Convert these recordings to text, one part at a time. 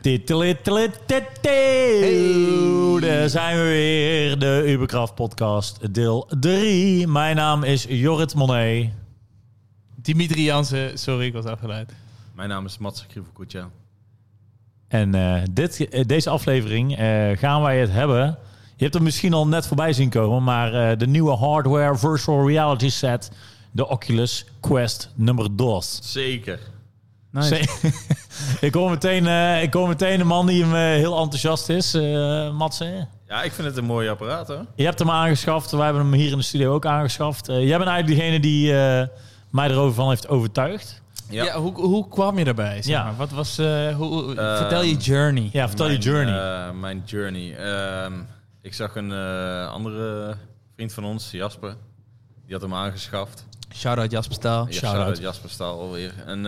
Daar zijn we weer, de Uberkraft podcast, deel 3. Mijn naam is Jorrit Monet. Dimitri Jansen, sorry, ik was afgeleid. Mijn naam is Mats Krivokoetja. En deze aflevering gaan wij het hebben. Je hebt er misschien al net voorbij zien komen, maar de nieuwe hardware virtual reality set, de Oculus Quest nummer 2. Zeker. Nice. Ik hoor meteen een man die hem heel enthousiast is, Matsen. Ja, ik vind het een mooi apparaat, hoor. Je hebt hem aangeschaft, wij hebben hem hier in de studio ook aangeschaft. Jij bent eigenlijk degene die mij erover van heeft overtuigd. Ja, hoe kwam je daarbij? Zeg maar? Wat was, vertel je journey. Ja, vertel je journey. Mijn journey. Ik zag een andere vriend van ons, Jasper. Die had hem aangeschaft. Shout-out Jasper Staal. Ja, shout-out Jasper Staal alweer. En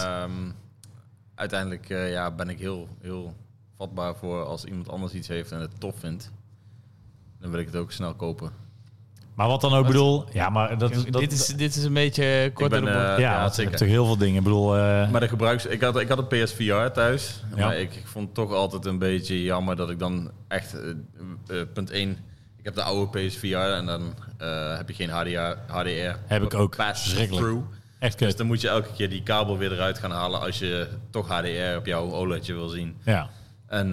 uiteindelijk ben ik heel, heel vatbaar voor als iemand anders iets heeft en het tof vindt. Dan wil ik het ook snel kopen. Maar wat dan ook bedoel... Ja, maar dit is een beetje korter op. Het zijn natuurlijk heel veel dingen. Ik bedoel... Maar de ik had een PSVR thuis. Ja. Maar ik vond het toch altijd een beetje jammer dat ik dan echt... punt 1, ik heb de oude PSVR en dan heb je geen HDR. Heb ik ook. Pass-through. Echt kut. Dus dan moet je elke keer die kabel weer eruit gaan halen als je toch HDR op jouw OLEDje wil zien. Ja. En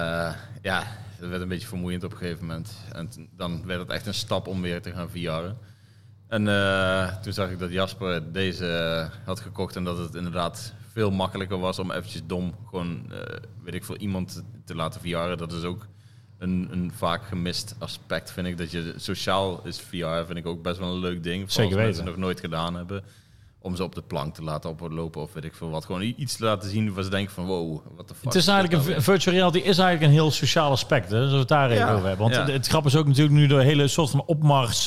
dat werd een beetje vermoeiend op een gegeven moment. En dan werd het echt een stap om weer te gaan VR'en. En toen zag ik dat Jasper deze had gekocht en dat het inderdaad veel makkelijker was om eventjes dom gewoon, iemand te laten VR'en. Dat is ook een vaak gemist aspect, vind ik. Dat je sociaal is VR, vind ik ook best wel een leuk ding. Zeker weten. Als mensen nog nooit gedaan hebben. Om ze op de plank te laten oplopen of weet ik veel wat. Gewoon iets te laten zien waar ze denken van wow, what the fuck. Het is eigenlijk een virtual reality is eigenlijk een heel sociaal aspect. Hè? Zullen we het daar even over hebben? Want het grap is ook natuurlijk nu de hele soort van opmars.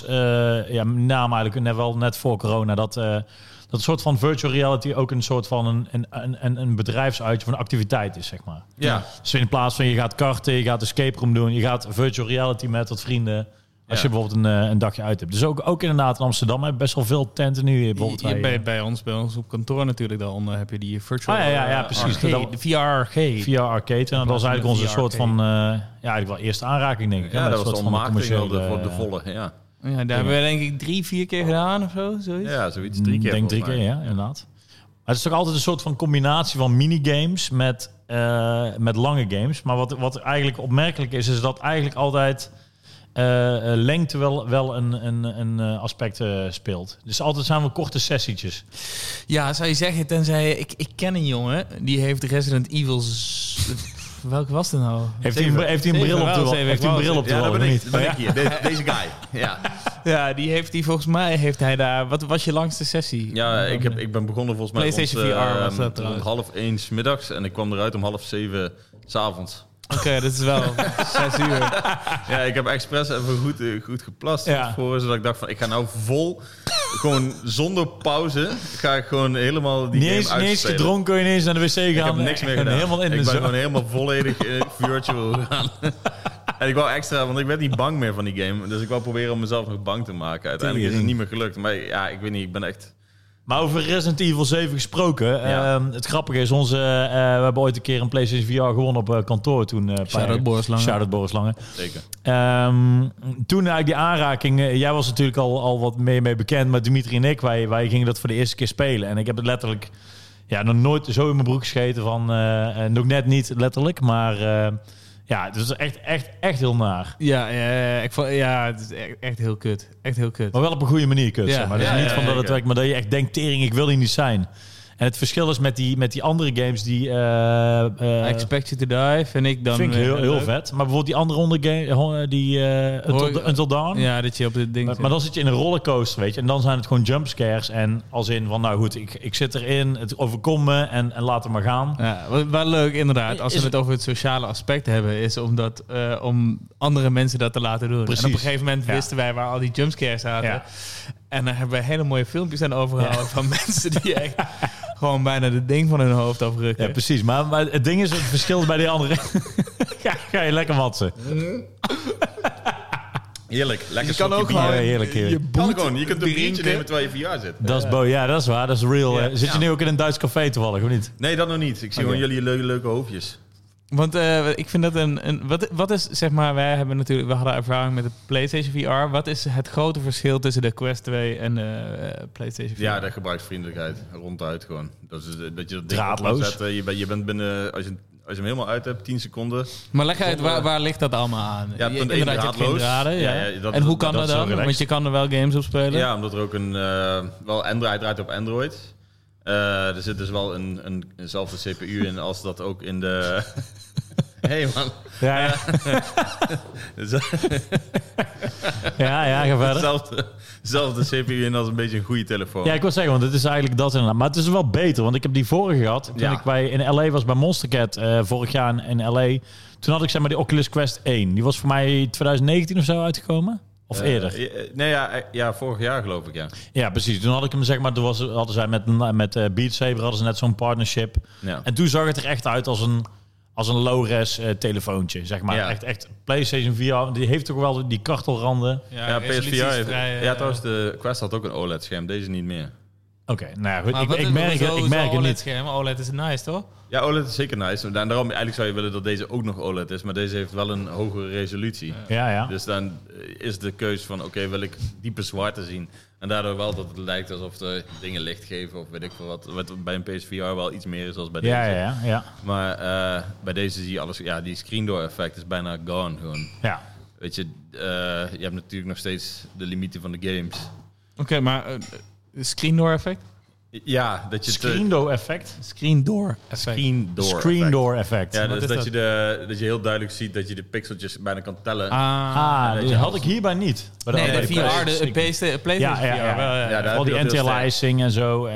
Net voor corona. Dat soort van virtual reality ook een soort van een bedrijfsuitje van een activiteit is, zeg maar. Ja. Dus in plaats van je gaat karten, je gaat escape room doen, je gaat virtual reality met wat vrienden. Als je bijvoorbeeld een dagje uit hebt. Dus ook inderdaad in Amsterdam heb je best wel veel tenten nu. Bij ons op kantoor natuurlijk daaronder heb je die virtual... precies. De VR-arcade. VR-arcade. En dat was eigenlijk onze soort van... eigenlijk wel eerste aanraking, denk ik. Ja, dat was de marketing voor de volle, ja. Ja, daar hebben we denk ik 3-4 keer gedaan of zo. Zoiets. Ja, zoiets 3 keer. Ik denk 3 keer, ja, inderdaad. Maar het is toch altijd een soort van combinatie van minigames met lange games. Maar wat eigenlijk opmerkelijk is dat eigenlijk altijd... lengte wel een aspect speelt. Dus altijd zijn we korte sessietjes. Ja, zou je zeggen, tenzij... Ik ken een jongen, die heeft Resident Evil... Welke was het nou? Heeft hij een bril op de wal? Heeft hij een bril op de wal? Dat ben ik hier. Deze guy. Ja. Ja, volgens mij heeft hij daar... Wat was je langste sessie? Ja, ik ben begonnen volgens mij PlayStation VR was dat rond 6:30 middags en ik kwam eruit om 6:30 s'avonds. Oké, dat is wel 6 uur. Ja, ik heb expres even goed geplast voor, zodat ik dacht van, ik ga nou vol, gewoon zonder pauze, ga ik gewoon helemaal die game uitspelen. Niet eens gedronken, ineens naar de wc gaan. Ik heb niks meer gedaan. Ik ben gewoon helemaal volledig virtual gegaan. En ik wou extra, want ik werd niet bang meer van die game. Dus ik wou proberen om mezelf nog bang te maken. Uiteindelijk is het niet meer gelukt. Maar ja, ik weet niet, ik ben echt... Maar over Resident Evil 7 gesproken. Het grappige is, we hebben ooit een keer een PlayStation VR gewonnen op kantoor. Shout-out Boris Lange. Zeker. Toen eigenlijk die aanraking... jij was natuurlijk al wat mee bekend, maar Dimitri en ik, wij gingen dat voor de eerste keer spelen. En ik heb het letterlijk nog nooit zo in mijn broek gescheten van... nog net niet letterlijk, maar... het is echt heel naar. Ik vond, het is echt heel kut. Echt heel kut. Maar wel op een goede manier kut. Ja. Zeg maar. Dus niet van dat het werkt, maar dat je echt denkt, tering, ik wil hier niet zijn. En het verschil is met die andere games die... I Expect You to Die vind ik dan... Vind ik heel vet. Maar bijvoorbeeld die andere game, die Until Dawn. Ja, dat je op dit ding... Maar dan zit je in een rollercoaster, weet je. En dan zijn het gewoon jumpscares. En als in van, nou goed, ik zit erin. Het overkomt me en laat het maar gaan. Ja, wat leuk inderdaad. Als we het over het sociale aspect hebben... is om andere mensen dat te laten doen. Precies. En op een gegeven moment wisten wij waar al die jumpscares zaten. Ja. En dan hebben we hele mooie filmpjes aan overgehouden... van mensen die echt... gewoon bijna de ding van hun hoofd afrukken. Ja, precies. Maar het ding is, het verschil bij die andere... ga je lekker watsen. Heerlijk. Lekker. Je kan ook gewoon... heerlijk. Je kunt een biertje nemen terwijl je VR zit. Dat is waar. Dat is real. Zit je nu ook in een Duits café toevallig, of niet? Nee, dat nog niet. Ik zie gewoon jullie leuke hoofdjes. Want ik vind dat wat is, zeg maar, we hadden ervaring met de PlayStation VR. Wat is het grote verschil tussen de Quest 2 en de PlayStation VR? Ja, de gebruiksvriendelijkheid. Ronduit gewoon. Dat is dat je dat ding Draadloos. op kan zetten. Je bent binnen, als je hem helemaal uit hebt, 10 seconden. Maar leg uit, waar ligt dat allemaal aan? Ja, punt één, inderdaad, je hebt geen draadloos. draden. Ja. Ja, En hoe kan dat dat is zo dan? relaxed. Want je kan er wel games op spelen. Ja, omdat er ook wel Android draait op Android. Er zit dus wel eenzelfde CPU in als dat ook in de... Hey man. Ja. Ja, ga verder. Zelfde CPU in als een beetje een goede telefoon. Ja, ik wil zeggen, want het is eigenlijk dat inderdaad. Maar het is wel beter, want ik heb die vorige gehad. Toen ik in LA was bij Monstercat vorig jaar in LA. Toen had ik zeg maar die Oculus Quest 1. Die was voor mij 2019 of zo uitgekomen. Of eerder? Nee, vorig jaar geloof ik, ja. Ja, precies. Toen had ik hem, zeg maar, hadden zij met Beat Saber hadden ze net zo'n partnership. Ja. En toen zag het er echt uit als een low-res telefoontje, zeg maar. Ja. Echt PlayStation VR, die heeft toch wel die kartelranden. Ja, PSVR heeft... trouwens, de Quest had ook een OLED-scherm. Deze niet meer. Oké, nou ja, goed. Maar Ik merk het niet. Scherm. OLED is nice, toch? Ja, OLED is zeker nice. En daarom eigenlijk zou je willen dat deze ook nog OLED is. Maar deze heeft wel een hogere resolutie. Ja. Dus dan is de keus van, oké, wil ik diepe zwarte zien? En daardoor wel dat het lijkt alsof de dingen licht geven of weet ik veel wat bij een PSVR wel iets meer is als bij deze. Ja. Maar bij deze zie je alles... Ja, die screen door effect is bijna gone gewoon. Ja. Weet je, je hebt natuurlijk nog steeds de limieten van de games. Oké, maar screen door effect? Ja, dat je... Screen door effect? Screen door effect. Screen door effect. Ja, Wat dus is dat je heel duidelijk ziet dat je de pixeltjes bijna kan tellen. Die had ik hierbij niet. Nee, de VR, de PlayStation VR. Ja, daar al die heb je dat heel anti-aliasing en zo.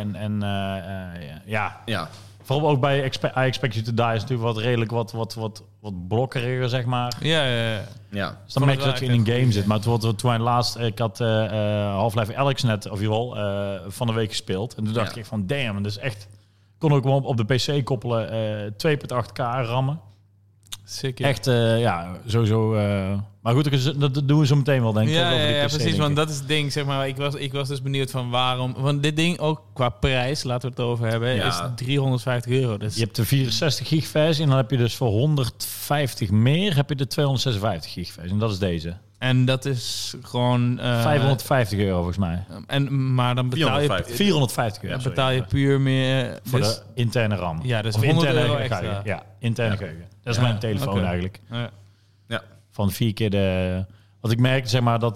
Ja. Vooral ook bij I Expect You to Die is natuurlijk wat redelijk wat blokkeriger, zeg maar. Ja. Dus dan merk je dat je in een game zit. Maar toen wij laatst... Ik had Half-Life Alyx net, of jawel, van de week gespeeld. En toen dacht ik van, damn, dus echt... Kon ook gewoon op de PC koppelen, 2.8K rammen. Sick, Echt, sowieso... maar goed, dat doen we zo meteen wel, denk ik. Ja, over die PC, precies, want dat is het ding, zeg maar. Ik was dus benieuwd van waarom... Want dit ding ook qua prijs, laten we het over hebben, is €350. Dus je hebt de 64 gig versie en dan heb je dus voor 150 meer heb je de 256 gig versie. En dat is deze. En dat is gewoon... €550 volgens mij. Maar dan betaal je... €450. Dan betaal je puur meer... Voor dus, de interne RAM. Ja, dus of €100 interne extra. Ja, interne geheugen. Dat is mijn telefoon eigenlijk. Ja. Van 4 keer de... Wat ik merk, zeg maar,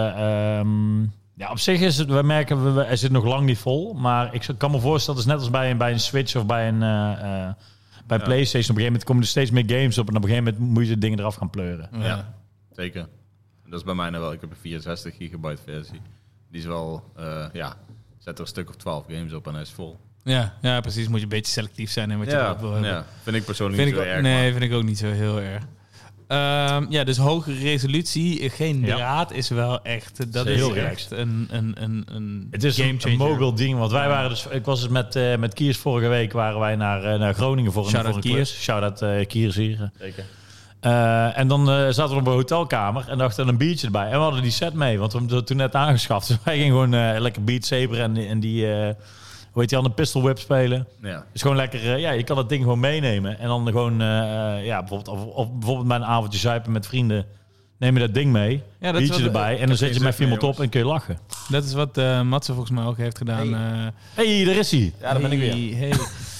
op zich is het... We merken, hij zit nog lang niet vol. Maar ik kan me voorstellen, dat is net als bij een Switch of bij een... bij PlayStation, op een gegeven moment komen er steeds meer games op en op een gegeven moment moet je de dingen eraf gaan pleuren. Ja, zeker. Dat is bij mij nou wel. Ik heb een 64 gigabyte versie. Die is wel, zet er een stuk of 12 games op en hij is vol. Ja, precies. Moet je een beetje selectief zijn in wat je erop wil hebben. Ja, vind ik persoonlijk niet zo erg. Nee, vind ik ook niet zo heel erg. Dus hogere resolutie, geen draad is wel echt... Dat is heel echt een het is een mobile ding, want wij waren dus... Ik was dus met Kiers vorige week, waren wij naar Groningen voor een Kiers. Shout-out Kiers hier. Zeker. En dan zaten we op een hotelkamer en dachten een biertje erbij. En we hadden die set mee, want we hebben het toen net aangeschaft. Dus wij gingen gewoon lekker Beat Saber en die... hoe heet die andere pistol whip spelen. Ja. Dus gewoon lekker, je kan dat ding gewoon meenemen. En dan gewoon, bijvoorbeeld bij een avondje zuipen met vrienden. Neem je dat ding mee, biertje erbij. En dan zet je met iemand op en kun je lachen. Dat is wat Matze volgens mij ook heeft gedaan. Hey, daar is hij. Ja, daar ben ik weer. Hey.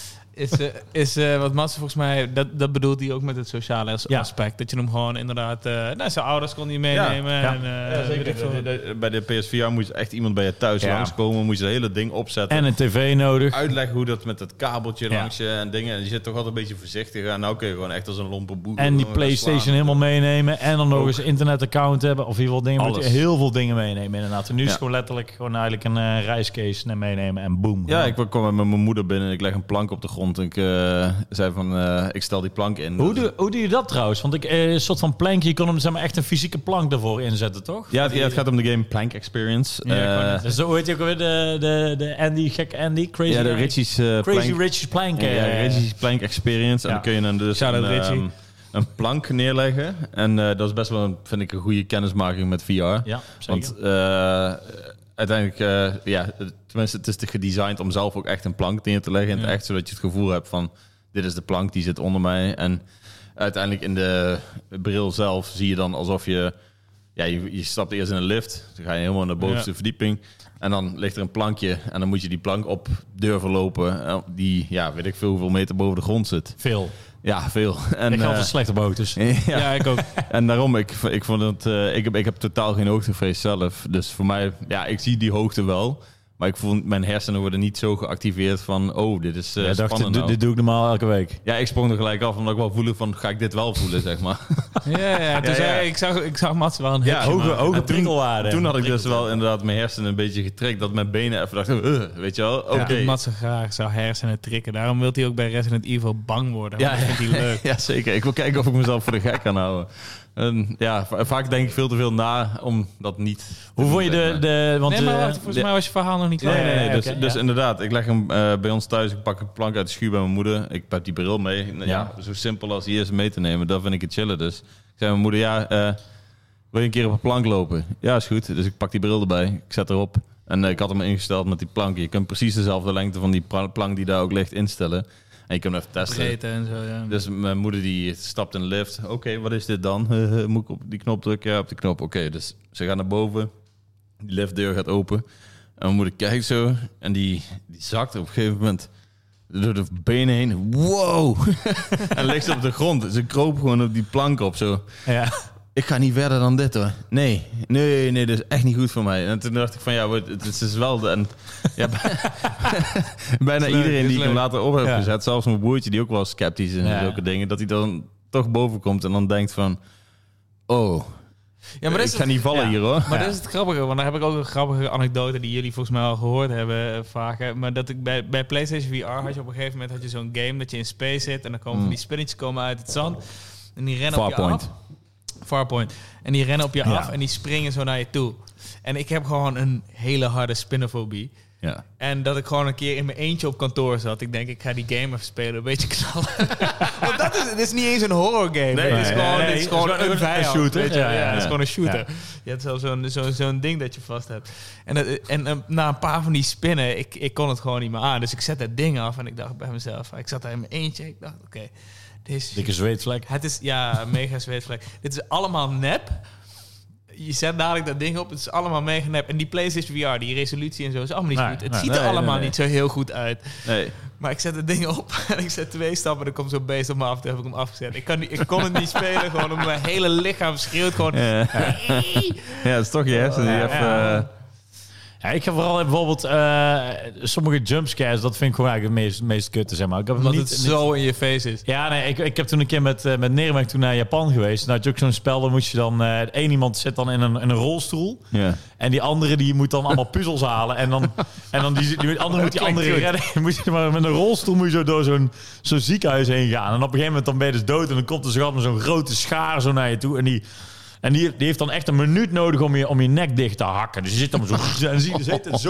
Is wat Matze volgens mij, dat bedoelt hij ook met het sociale aspect. Dat je hem gewoon inderdaad... zijn ouders kon hij meenemen. Ja, zeker. Bij de PSVR moet je echt iemand bij je thuis langskomen. Moet je het hele ding opzetten. En een tv nodig. Uitleggen hoe dat met het kabeltje langs je en dingen. En je zit toch altijd een beetje voorzichtig. En nou kun je gewoon echt als een lompe boer. En die PlayStation helemaal meenemen. En dan nog eens een internetaccount hebben. Of heel veel dingen. Moet je heel veel dingen meenemen inderdaad. En nu is het gewoon letterlijk eigenlijk een reiscase meenemen. En boom. Ja, ik kwam met mijn moeder binnen. Ik leg een plank op de grond. Ik zei van, ik stel die plank in. Hoe doe je dat trouwens? Want een soort van plankje, je kon hem zeg maar echt een fysieke plank ervoor inzetten, toch? Ja, het gaat om de game Plank Experience. Dus zo heet je ook weer de Andy, gekke Andy, Crazy. Ja, de Richie's Richie's Plank. Richie's Plank Experience. En dan kun je dan dus een plank neerleggen. En dat is best wel, vind ik, een goede kennismaking met VR. Ja, zeker. Want uiteindelijk, tenminste, het is gedesigned om zelf ook echt een plank neer te leggen in het echt, zodat je het gevoel hebt van, dit is de plank, die zit onder mij. En uiteindelijk in de bril zelf zie je dan alsof je... Ja, je stapt eerst in een lift. Dan ga je helemaal naar de bovenste verdieping. En dan ligt er een plankje. En dan moet je die plank op durven lopen. Die, weet ik veel hoeveel meter boven de grond zit. Veel. Ja, veel. En, ik ga altijd slecht op auto's. Ja, ik ook. En daarom, ik vond het... Ik heb totaal geen hoogtevrees zelf. Dus voor mij, ik zie die hoogte wel. Maar ik vond, mijn hersenen worden niet zo geactiveerd van... dit is spannend. Dit doe ik normaal elke week. Ja, ik sprong er gelijk af, omdat ik wel voelde van... Ga ik dit wel voelen, zeg maar. Ik zag Mats wel een hoge prikkelwaarde. Toen had ik dus wel inderdaad mijn hersenen een beetje getrekt. Dat mijn benen even dachten... weet je wel? Oké. Ja, Mats graag zou hersenen trikken. Daarom wil hij ook bij Resident Evil bang worden. Dat vindt hij leuk. Ja, zeker. Ik wil kijken of ik mezelf voor de gek kan houden. En vaak denk ik veel te veel na om dat niet... Hoe vond je Want volgens mij was je verhaal nog niet klaar. Nee. Dus inderdaad, ik leg hem bij ons thuis. Ik pak een plank uit de schuur bij mijn moeder. Ik heb die bril mee. Ja, zo simpel als die is mee te nemen. Dat vind ik het chillen. Dus ik zei mijn moeder, wil je een keer op een plank lopen? Ja, is goed. Dus ik pak die bril erbij. Ik zet erop. En ik had hem ingesteld met die plank. Je kunt precies dezelfde lengte van die plank die daar ook ligt instellen. En je kunt hem even testen. Breedte en zo, ja. Dus mijn moeder die stapt in de lift. Oké, wat is dit dan? Moet ik op die knop drukken? Ja, op die knop. Oké, dus ze gaan naar boven. Die liftdeur gaat open. En mijn moeder kijkt zo. En die zakt op een gegeven moment door de benen heen. Wow! En ligt ze op de grond. Ze kroop gewoon op die plank op zo. Ja. Ik ga niet verder dan dit hoor. Nee, dat is echt niet goed voor mij. En toen dacht ik van het is wel... bijna iedereen die ik hem later op heb gezet, zelfs mijn broertje die ook wel sceptisch is en zulke dingen, dat hij dan toch boven komt en dan denkt van... Ja, maar ik ga niet vallen hier hoor. Maar dat is het grappige, want daar heb ik ook een grappige anekdote die jullie volgens mij al gehoord hebben vaker. Maar dat ik bij PlayStation VR had je op een gegeven moment zo'n game dat je in space zit en dan komen van die spinnetjes komen uit het zand en die rennen op je af. Farpoint. En die rennen op je af en die springen zo naar je toe. En ik heb gewoon een hele harde spinnenfobie. Ja. En dat ik gewoon een keer in mijn eentje op kantoor zat. Ik denk, ik ga die game even spelen, een beetje knallen. Want dit is niet eens een horror game. Nee, het is gewoon een vijand. Een shooter. Het is gewoon een shooter. Ja. Je hebt zo'n ding dat je vast hebt. En na een paar van die spinnen, ik kon het gewoon niet meer aan. Dus ik zet dat ding af en ik dacht bij mezelf, ik zat daar in mijn eentje. Ik dacht, oké. Dikke zweetvlek. Het is, mega zweetvlek. Dit is allemaal nep. Je zet dadelijk dat ding op. Het is allemaal mega nep. En die PlayStation VR, die resolutie en zo, is allemaal niet goed. Het ziet er allemaal niet zo heel goed uit. Nee. Maar ik zet het ding op en ik zet 2 stappen. Dan komt zo'n beest op me af. Toen heb ik hem afgezet. Ik kon het niet spelen. Gewoon omdat mijn hele lichaam schreeuwt. Gewoon... Ja, het is toch je hersenen. Ja, ik heb vooral bijvoorbeeld sommige jumpscares, dat vind ik gewoon eigenlijk het meest kutte, zeg maar. Ik heb omdat het zo in je face is. Ja, nee, ik heb toen een keer met Nerem toen naar Japan geweest. Dan had je ook zo'n spel, dan moest je dan... één iemand zit dan in een rolstoel. Yeah. En die andere die moet dan allemaal puzzels halen. En dan die andere moet die andere redden. Moet je maar met een rolstoel moet je zo door zo'n ziekenhuis heen gaan. En op een gegeven moment dan ben je dus dood. En dan komt er zo'n grote schaar zo naar je toe. En die heeft dan echt een minuut nodig om je nek dicht te hakken. Dus je zit dan zo... En zie je zit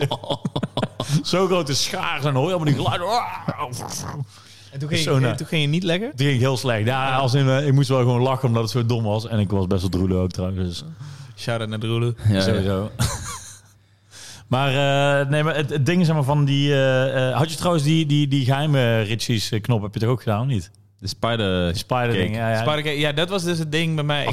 zo'n grote schaar. En hoor je allemaal die geluiden. En toen ging je niet lekker? Toen ging ik heel slecht. Ja, ik moest wel gewoon lachen omdat het zo dom was. En ik was best wel droelen ook trouwens. Dus. Shout-out naar droelen. Ja, sowieso. Maar het ding is maar van die... had je trouwens die geheime Ritchie's knop, heb je toch ook gedaan, of niet? De spider ding, ja, dat was dus het ding bij mij.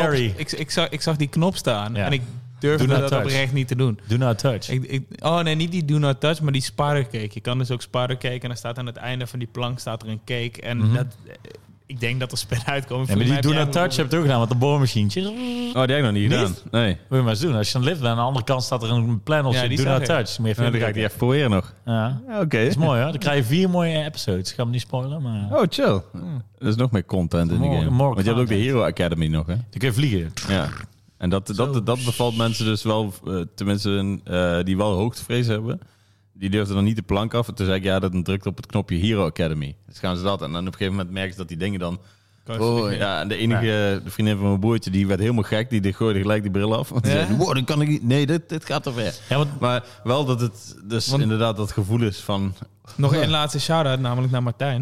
Ik zag die knop staan en ik durfde dat oprecht niet te doen. Do not touch. Niet die do not touch, maar die spider cake. Je kan dus ook spider cake en dan staat aan het einde van die plank staat er een cake. En dat... Ik denk dat er spin uitkomt. Ja, maar die do not touch heb je ook gedaan met de boormachientje. Oh, die heb ik nog niet gedaan. Nee. Moet je maar eens doen. Als je dan lift bent, aan de andere kant staat er een panel. Do not touch. Dan ga ik die even proberen nog. Ja. Oké. Dat is mooi hoor. Dan krijg je 4 mooie episodes. Ik ga hem niet spoilen, maar... Oh, chill. Er is nog meer content in de game. Want je hebt ook de Hero Academy nog, hè? Dan kun je vliegen. Ja. En dat bevalt mensen dus wel, tenminste die wel hoogtevrees hebben. Die durfden dan niet de plank af. Toen zei ik, dat drukt op het knopje Hero Academy. Dus gaan ze dat. En dan op een gegeven moment merken ze dat die dingen dan... en de vriendin van mijn broertje, die werd helemaal gek. Die gooide gelijk die bril af. Want die zei, dan kan ik niet... Nee, dit gaat te ver. Ja, maar wel dat het dus inderdaad dat gevoel is van... Nog een laatste shout-out, namelijk naar Martijn.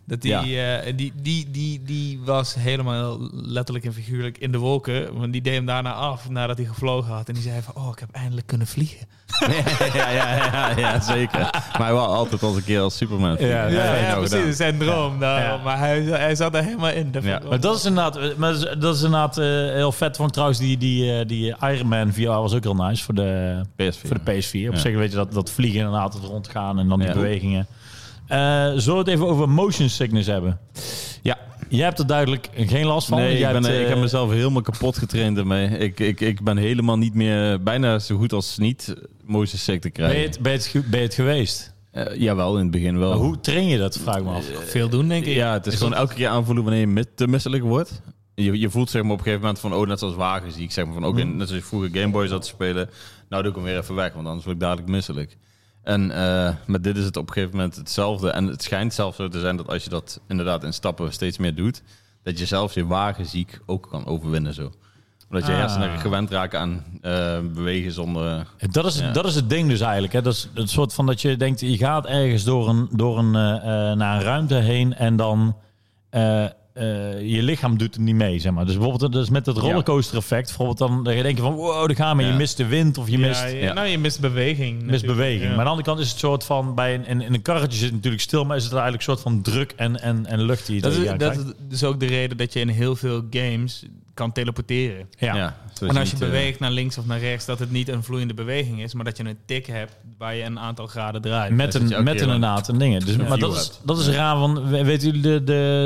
Dat die was helemaal letterlijk en figuurlijk in de wolken. Want die deed hem daarna af, nadat hij gevlogen had. En die zei van, ik heb eindelijk kunnen vliegen. ja, zeker. Maar hij was altijd als een keer als Superman. Ja, precies. Zijn droom. Ja. Maar hij zat er helemaal in. Maar dat is inderdaad heel vet. Vond trouwens die Iron Man VR was ook heel nice voor de PS4. Op zich weet je dat vliegen inderdaad, het rondgaan en dan die bewegingen. Zullen we het even over motion sickness hebben? Ja. Je hebt er duidelijk geen last van. Nee, ik heb mezelf helemaal kapot getraind ermee. Ik ben helemaal niet meer, bijna zo goed als niet, motion sick te krijgen. Ben je het geweest? Jawel, in het begin wel. Maar hoe train je dat, vraag ik me af. Veel doen, denk ik. Ja, het is gewoon elke keer aanvoelen wanneer je te misselijk wordt. Je voelt zeg maar op een gegeven moment van, net zoals wagenziek. Zeg maar van, net zoals je vroeger Game Boy zat te spelen. Nou doe ik hem weer even weg, want anders word ik dadelijk misselijk. En met dit is het op een gegeven moment hetzelfde. En het schijnt zelfs zo te zijn dat als je dat inderdaad in stappen steeds meer doet, dat je zelfs je wagenziek ook kan overwinnen zo. Omdat je hersenen gewend raken aan bewegen zonder... Dat is het ding dus eigenlijk. Hè? Dat is het soort van dat je denkt, je gaat ergens naar een ruimte heen en dan... je lichaam doet het niet mee, zeg maar. Dus bijvoorbeeld dus met het rollercoaster effect, bijvoorbeeld dan denk je van, wow, daar gaan we. Je mist de wind of je mist... Nou, je mist beweging. Mist beweging. Ja. Maar aan de andere kant is het soort van, in een karretje zit het natuurlijk stil, maar is het eigenlijk een soort van druk en lucht die je dat is dus ook de reden dat je in heel veel games kan teleporteren. Ja. En als je beweegt naar links of naar rechts, dat het niet een vloeiende beweging is, maar dat je een tik hebt waar je een aantal graden draait. Met inderdaad een ding. Dus, maar dat is raar, van, weet jullie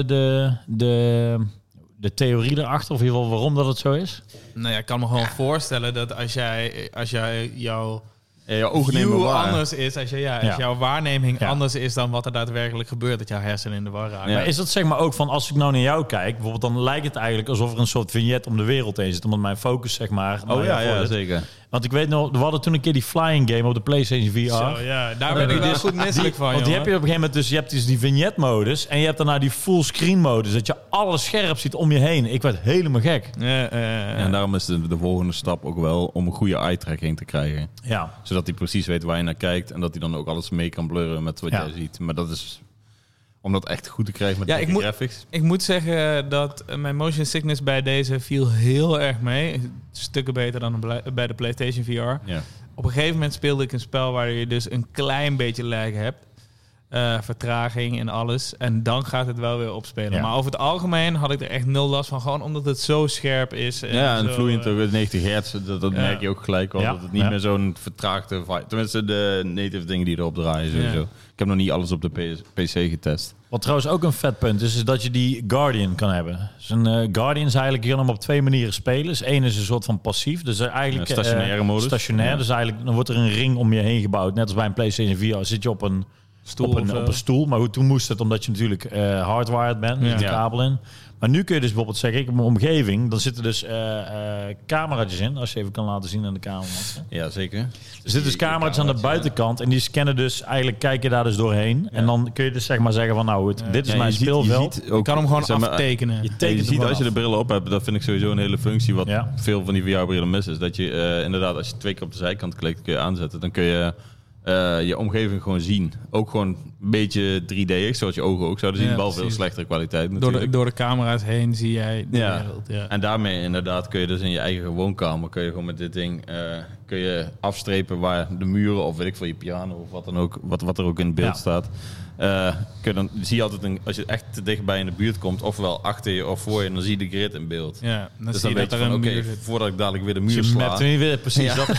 de theorie erachter, of in ieder geval waarom dat het zo is? Nou ja, ik kan me gewoon voorstellen dat als jij jouw view anders is, als jouw waarneming anders is dan wat er daadwerkelijk gebeurt, dat jouw hersenen in de war raken. Ja. Maar is dat zeg maar ook van, als ik nou naar jou kijk, bijvoorbeeld, dan lijkt het eigenlijk alsof er een soort vignet om de wereld heen zit, omdat mijn focus zeg maar... ja, zeker. Want ik weet nog, we hadden toen een keer die flying game op de PlayStation VR. Zo, ja, daar ben ik wel goed misselijk van. Want die heb je op een gegeven moment, dus je hebt dus die vignet-modus en je hebt daarna die full-screen-modus, dat je alles scherp ziet om je heen. Ik werd helemaal gek. En daarom is de volgende stap ook wel om een goede eye-tracking te krijgen. Ja. Zodat hij precies weet waar je naar kijkt en dat hij dan ook alles mee kan blurren met wat jij ziet. Maar dat is... Om dat echt goed te krijgen met de graphics. Ik moet zeggen dat mijn motion sickness bij deze viel heel erg mee. Stukken beter dan bij de PlayStation VR. Ja. Op een gegeven moment speelde ik een spel waar je dus een klein beetje lag hebt. Vertraging en alles. En dan gaat het wel weer opspelen. Ja. Maar over het algemeen had ik er echt nul last van. Gewoon omdat het zo scherp is. En vloeiend ook 90 hertz. Dat merk je ook gelijk wel. Dat het niet meer zo'n vertraagde... Tenminste, de native dingen die erop draaien sowieso. Ja. Ik heb nog niet alles op de PC getest. Wat trouwens ook een vet punt is dat je die Guardian kan hebben. Dus een Guardian is eigenlijk, je kan hem op twee manieren spelen. Dus één is een soort van passief. Dus eigenlijk stationaire modus. Stationair. Ja. Dus eigenlijk dan wordt er een ring om je heen gebouwd. Net als bij een PlayStation VR zit je op een stoel. Op een stoel. Maar goed, toen moest het omdat je natuurlijk hardwired bent. Met de kabel in. Maar nu kun je dus bijvoorbeeld zeggen, ik heb mijn omgeving. Dan zitten dus camera's in. Als je even kan laten zien aan de camera. Ja, zeker. Er zitten dus camera's aan de buitenkant. En die scannen dus, eigenlijk kijk je daar dus doorheen. Ja. En dan kun je dus zeg maar zeggen van nou, dit is mijn speelveld. Je kan hem gewoon aftekenen. Je ziet als je de bril op hebt, dat vind ik sowieso een hele functie. Wat veel van die VR-brillen missen. Is dat je inderdaad, als je 2 keer op de zijkant klikt, kun je aanzetten. Dan kun je je omgeving gewoon zien. Ook gewoon een beetje 3D, zoals je ogen ook zouden zien. Wel veel slechtere kwaliteit natuurlijk. Door de camera's heen zie jij de wereld. Ja. En daarmee inderdaad kun je dus in je eigen woonkamer, kun je gewoon met dit ding kun je afstrepen waar de muren of weet ik veel, je piano of wat dan ook, wat er ook in het beeld staat. Dan zie je altijd als je echt te dichtbij in de buurt komt, ofwel achter je of voor je, dan zie je de grid in beeld. Ja, dan dus zie je dat er een muur zit. Voordat ik dadelijk weer de muur sla. Je weer precies dat.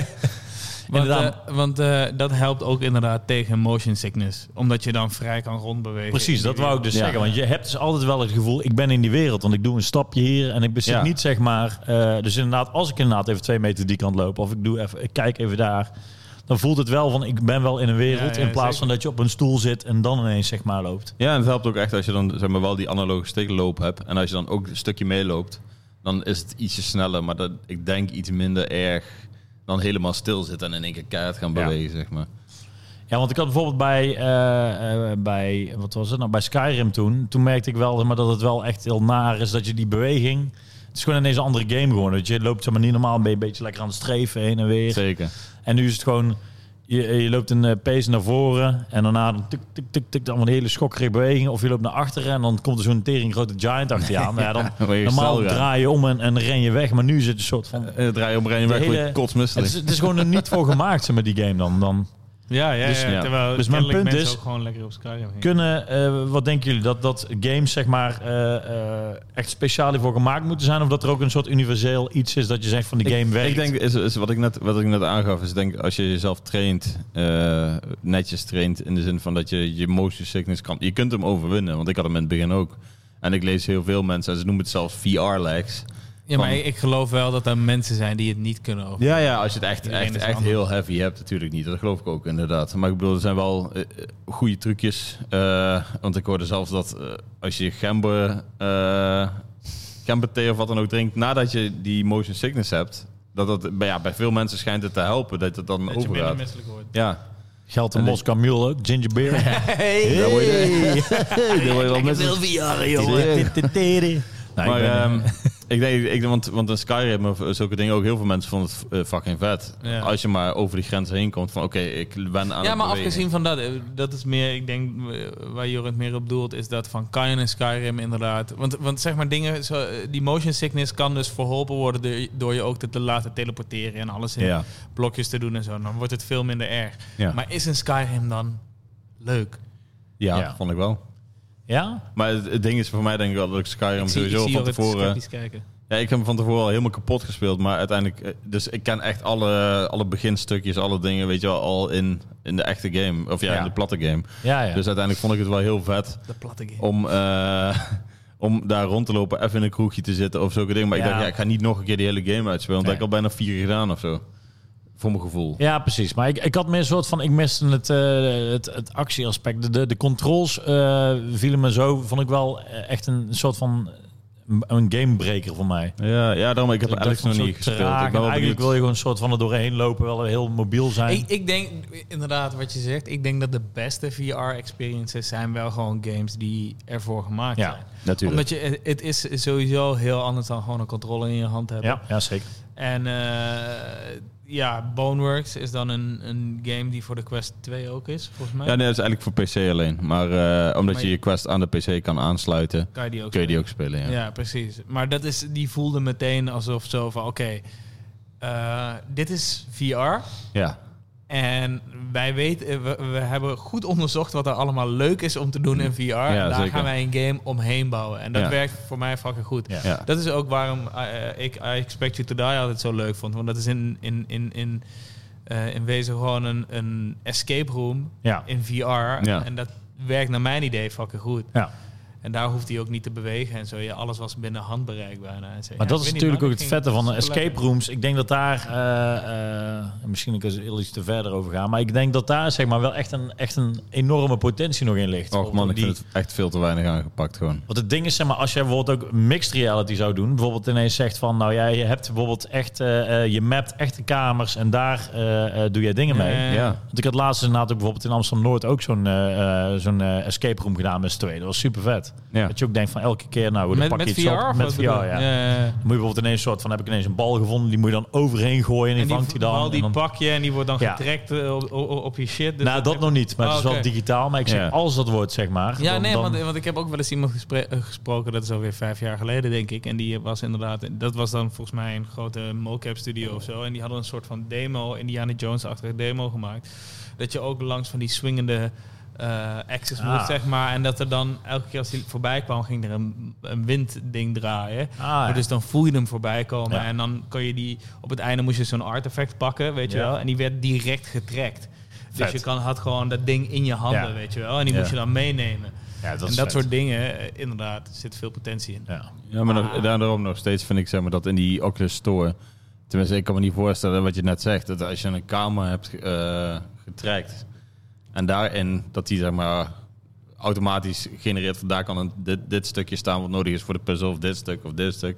Want dat helpt ook inderdaad tegen motion sickness. Omdat je dan vrij kan rondbewegen. Precies, dat wou ik dus zeggen. Want je hebt dus altijd wel het gevoel, ik ben in die wereld. Want ik doe een stapje hier en ik bezit niet zeg maar... dus inderdaad, als ik inderdaad even 2 meter die kant loop... of ik kijk even daar... dan voelt het wel van, ik ben wel in een wereld... in plaats van dat je op een stoel zit en dan ineens zeg maar loopt. Ja, en het helpt ook echt als je dan zeg maar wel die analoge stikloop hebt... en als je dan ook een stukje meeloopt... dan is het ietsje sneller, maar ik denk iets minder erg... dan helemaal stil zitten en in één keer keihard gaan bewegen, zeg maar. Ja, want ik had bijvoorbeeld bij wat was het nou, bij Skyrim toen merkte ik wel maar dat het wel echt heel naar is dat je die beweging... Het is gewoon ineens een andere game gewoon. Dat je loopt zeg maar niet normaal, ben je een beetje lekker aan het streven heen en weer. Zeker. En nu is het gewoon... je loopt een pace naar voren en daarna dan tik, tik, tik, tik, allemaal een hele schokkerige beweging. Of je loopt naar achteren en dan komt er zo'n tering grote giant achter je aan. Ja, dan normaal draai je om en ren je weg, maar nu zit een soort van... draai je om, ren je weg, word je kotsmisselijk. Het is gewoon er niet voor gemaakt, zeg maar, die game dan. Ja. Terwijl dus mijn punt is, ook gewoon lekker op Skyrim kunnen, wat denken jullie, dat games zeg maar echt speciaal hiervoor gemaakt moeten zijn? Of dat er ook een soort universeel iets is dat je zegt van die game werkt? Ik denk, is wat ik net aangaf, is denk als je jezelf traint, netjes traint, in de zin van dat je motion sickness kan. Je kunt hem overwinnen, want ik had hem in het begin ook. En ik lees heel veel mensen, en ze noemen het zelfs VR-lags. Ja, maar ik geloof wel dat er mensen zijn die het niet kunnen over. Ja, als je het echt heel heavy hebt, natuurlijk niet. Dat geloof ik ook inderdaad. Maar ik bedoel, er zijn wel goede trucjes. Want ik hoorde zelfs dat als je gember thee of wat dan ook drinkt, nadat je die motion sickness hebt, dat bij veel mensen schijnt het te helpen dat het dan dat je minder overgaat. misselijk wordt. Ja. Geldt een Moscow Mule ook, ginger beer. Daar word je wel met veel VR, joh. Maar ik denk, want een Skyrim of zulke dingen, ook heel veel mensen vonden het fucking vet. Ja. Als je maar over die grens heen komt van oké, ik ben aan het Ja, maar bewegen. afgezien van dat is meer, ik denk, waar Jorrit meer op doelt, is dat van kan je een Skyrim inderdaad. Want zeg maar dingen, die motion sickness kan dus verholpen worden door je ook te laten teleporteren en alles in blokjes te doen en zo. Dan wordt het veel minder erg. Ja. Maar is een Skyrim dan leuk? Ja, vond ik wel. Ja? Maar het ding is voor mij denk ik wel dat ik Skyrim sowieso van tevoren... Ja, ik heb hem van tevoren al helemaal kapot gespeeld, maar uiteindelijk... Dus ik ken echt alle beginstukjes, alle dingen, weet je wel, al in de echte game. Of in de platte game. Ja. Dus uiteindelijk vond ik het wel heel vet. De platte game. Om daar rond te lopen, even in een kroegje te zitten of zulke dingen. Maar ik dacht, ik ga niet nog een keer die hele game uitspelen, want dat heb ik al bijna 4 gedaan of zo. Voor mijn gevoel. Ja, precies. Maar ik had meer een soort van... Ik miste het actieaspect. De controls vielen me zo... Vond ik wel echt een soort van... Een gamebreaker voor mij. Ja, daarom. Ik heb Alex nog niet gespeeld. Ik ben eigenlijk wil je gewoon een soort van er doorheen lopen. Wel heel mobiel zijn. Ik denk inderdaad wat je zegt. Ik denk dat de beste VR-experiences zijn wel gewoon games die ervoor gemaakt zijn. Natuurlijk. Omdat het is sowieso heel anders dan gewoon een controller in je hand hebben. Ja, zeker. En Boneworks is dan een game die voor de Quest 2 ook is, volgens mij. Ja, nee, dat is eigenlijk voor PC alleen. Maar omdat je Quest aan de PC kan aansluiten, kun je die ook spelen. Ja, precies. Maar die voelde meteen alsof zo van, oké, dit is VR. Ja. En wij weten, we hebben goed onderzocht wat er allemaal leuk is om te doen in VR. Ja, en daar gaan wij een game omheen bouwen. En dat werkt voor mij fucking goed. Ja. Dat is ook waarom ik I Expect You to Die altijd zo leuk vond. Want dat is in wezen gewoon een escape room in VR. Ja. En dat werkt naar mijn idee fucking goed. Ja. En daar hoeft hij ook niet te bewegen en zo. Ja, alles was binnen handbereik bijna. En zo, maar dat is natuurlijk ook het vette van escape rooms. Ik denk dat daar... misschien kan ik iets te verder over gaan. Maar ik denk dat daar zeg maar wel echt een enorme potentie nog in ligt. Och man, ik vind het echt veel te weinig aangepakt gewoon. Want het ding is, zeg maar, als jij bijvoorbeeld ook mixed reality zou doen. Bijvoorbeeld ineens zegt van... Nou ja, je hebt bijvoorbeeld echt... je mapt echte kamers en daar doe jij dingen mee. Ja. Want ik had laatst inderdaad bijvoorbeeld in Amsterdam-Noord ook zo'n escape room gedaan met z'n tweeën. Dat was super vet. Ja. Dat je ook denkt van elke keer, nou, met VR op. Met VR, ja. Dan moet je bijvoorbeeld ineens heb ik ineens een bal gevonden, die moet je dan overheen gooien en die vangt hij dan. Bal die pak je en die wordt dan getrekt op je shit. Dus nou, dat nog niet, maar het is wel digitaal. Maar ik zeg, als dat wordt, zeg maar. Ja, want ik heb ook wel eens iemand gesproken, dat is alweer 5 jaar geleden, denk ik. En die was inderdaad, dat was dan volgens mij een grote mocap studio of zo. En die hadden een soort van demo, Indiana Jones-achtige demo gemaakt. Dat je ook langs van die swingende... access moet, zeg maar. En dat er dan elke keer als hij voorbij kwam, ging er een windding draaien. Dus dan voel je hem voorbij komen. Ja. En dan kon je die... Op het einde moest je zo'n artefact pakken, weet je wel. En die werd direct getrekt. Dus je had gewoon dat ding in je handen, weet je wel. En die moest je dan meenemen. Ja, dat soort dingen, inderdaad, er zit veel potentie in. Ja, maar daarom nog steeds vind ik, zeg maar, dat in die Oculus Store... Tenminste, ik kan me niet voorstellen wat je net zegt. Dat als je een kamer hebt getrekt... En daarin dat die zeg maar automatisch genereert van daar kan dit stukje staan wat nodig is voor de puzzel of dit stuk of dit stuk.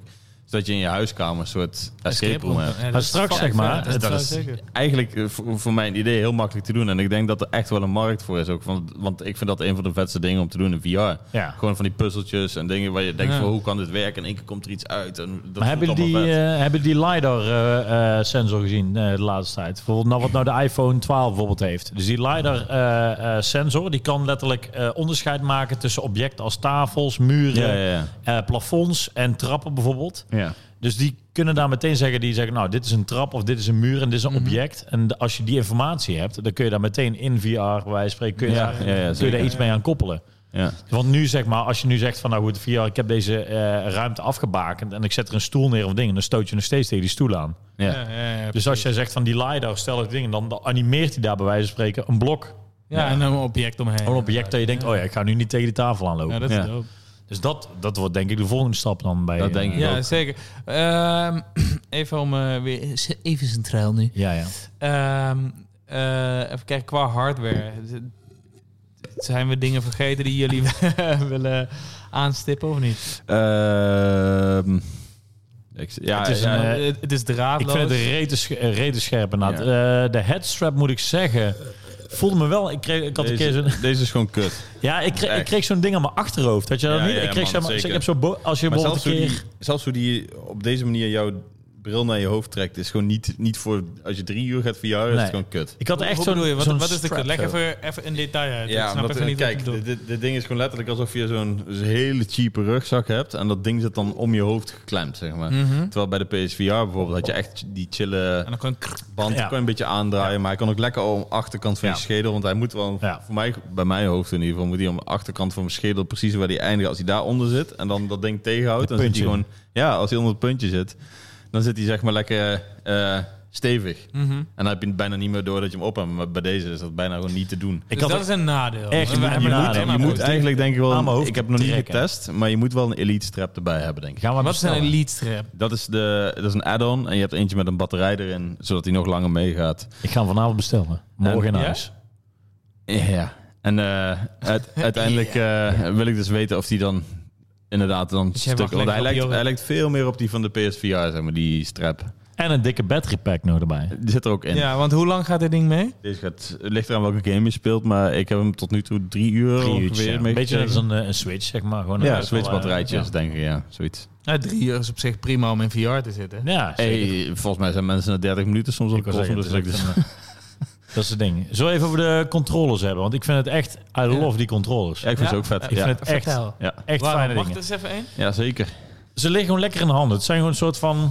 Zodat je in je huiskamer een soort escape room hebt. Maar straks zeg maar, dat is zeker. Eigenlijk voor mijn idee heel makkelijk te doen. En ik denk dat er echt wel een markt voor is ook. Want ik vind dat een van de vetste dingen om te doen in VR. Ja. Gewoon van die puzzeltjes en dingen waar je denkt Ja. van hoe kan dit werken? En in één keer komt er iets uit. En dat Maar hebben voelt allemaal vet. die LiDAR-sensor gezien de laatste tijd? Bijvoorbeeld wat nou de iPhone 12 bijvoorbeeld heeft. Dus die LiDAR-sensor die kan letterlijk onderscheid maken tussen objecten als tafels, muren, plafonds en trappen bijvoorbeeld. Ja. Dus die kunnen daar meteen zeggen, die zeggen, nou, dit is een trap of dit is een muur en dit is een object. En als je die informatie hebt, dan kun je daar meteen in VR, bij wijze van spreken, kun je daar iets mee aan koppelen. Ja. Want nu zeg maar, als je nu zegt van, nou goed, VR, ik heb deze ruimte afgebakend en ik zet er een stoel neer of dingen, dan stoot je nog steeds tegen die stoel aan. Ja. Dus als jij zegt van die LiDAR, stel ik dingen, dan animeert hij daar bij wijze van spreken een blok. Ja, en een object omheen. Een object dat je denkt, oh ja, ik ga nu niet tegen die tafel aanlopen. Ja, dat is dope. Dus dat wordt denk ik de volgende stap dan bij... Dat denk ik Ja, ook. zeker. Even om weer even centraal nu. Ja. Even kijken, qua hardware. Zijn we dingen vergeten die jullie willen aanstippen of niet? Het is draadloos. Ik vind het rete scherp inderdaad. De headstrap moet ik zeggen... voelde me wel... Ik had een keer zo'n... Deze is gewoon kut. Ja, ik kreeg zo'n ding aan mijn achterhoofd. Had je dat Ja, niet? ja, Ik kreeg man, zeg maar, zeker. ik heb zo als je Maar bijvoorbeeld een keer... zelfs hoe die op deze manier jouw bril naar je hoofd trekt, is gewoon niet voor... Als je 3 uur gaat VR, is Nee. het gewoon kut. Ik had echt Hoe zo'n... bedoel je? zo'n Wat is de strap Leg zo. even in detail uit. Ja, ik snap omdat, even niet kijk, wat je bedoelt. dit ding is gewoon letterlijk alsof je zo'n hele cheape rugzak hebt en dat ding zit dan om je hoofd geklemd, zeg maar. Terwijl bij de PSVR bijvoorbeeld had je echt die chille En dan kan band, die Ja. kon je een beetje aandraaien, maar hij kan ook lekker om de achterkant van je Ja. schedel, want hij moet wel, Ja. voor mij, bij mijn hoofd in ieder geval, moet hij om de achterkant van mijn schedel precies waar die eindigt. Als hij daaronder zit en dan dat ding tegenhoudt, dan zit hij puntje. gewoon, als hij onder het puntje zit, dan zit hij zeg maar lekker stevig. En dan heb je bijna niet meer door dat je hem op hebt, maar bij deze is dat bijna gewoon niet te doen. Dus dat is een nadeel. Echt, We je hebben moet- het je alleen moet- maar Je moet positief. eigenlijk denk ik aan mijn wel, hoofd ik heb nog niet trekken. getest, maar je moet wel een elite strap erbij hebben, denk ik. Gaan we Wat is een bestellen. elite strap? Dat is een add-on en je hebt eentje met een batterij erin, zodat hij nog langer meegaat. Ik ga hem vanavond bestellen. Morgen in Ja? huis. Ja. En uiteindelijk wil ik dus weten of die dan inderdaad dan Dus jij mag stuk... Want lekker op je- hij lijkt veel meer op die van de PSVR, zeg maar, die strap. En een dikke battery pack nog erbij. Die zit er ook in. Ja, want hoe lang gaat dit ding mee? Deze het ligt eraan welke game je speelt, maar ik heb hem tot nu toe 3 uur 3 ongeveer uurtjes. Ja. Een mee beetje net gekregen. als een Switch, zeg maar. Gewoon Ja, een switchbatterijtjes, ja. denk ik, ja. Zoiets. Ja, 3 uur is op zich prima om in VR te zitten. Ja, zeker. Hey, volgens mij zijn mensen na 30 minuten soms al Ik wou kosten. zeggen, Dus het is echt dat is het ding. Zullen we even over de controllers hebben? Want ik vind het echt... I love die controllers. ja, ik vind Ja? ze ook vet. Ik Ja, vind het echt, Vertel. ja. echt Waarom? fijne Mag dingen. er eens even één? Ja, zeker. Ze liggen gewoon lekker in de handen. Het zijn gewoon een soort van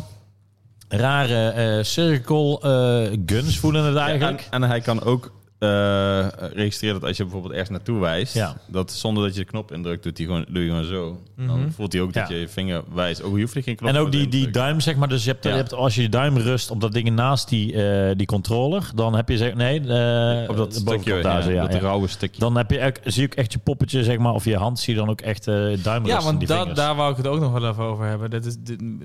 rare circle guns voelen het eigenlijk. En hij kan ook registreren dat als je bijvoorbeeld ergens naartoe wijst, Ja. dat zonder dat je de knop indrukt, doe je gewoon zo. Dan voelt hij ook dat Ja. je vinger wijst. Ook je hoeft er geen knop En ook voor die in te drukken. duim, zeg maar. Dus je hebt, als je je duim rust op dat ding naast die controller, dan heb je zeg, nee, op dat de bovenkant stukje, daar, zo, dat rauwe stukje. Dan heb je zie je ook echt je poppetje, zeg maar, of je hand zie je dan ook echt duim Ja, rusten, want die vingers. daar wou ik het ook nog wel even over hebben. Dat is een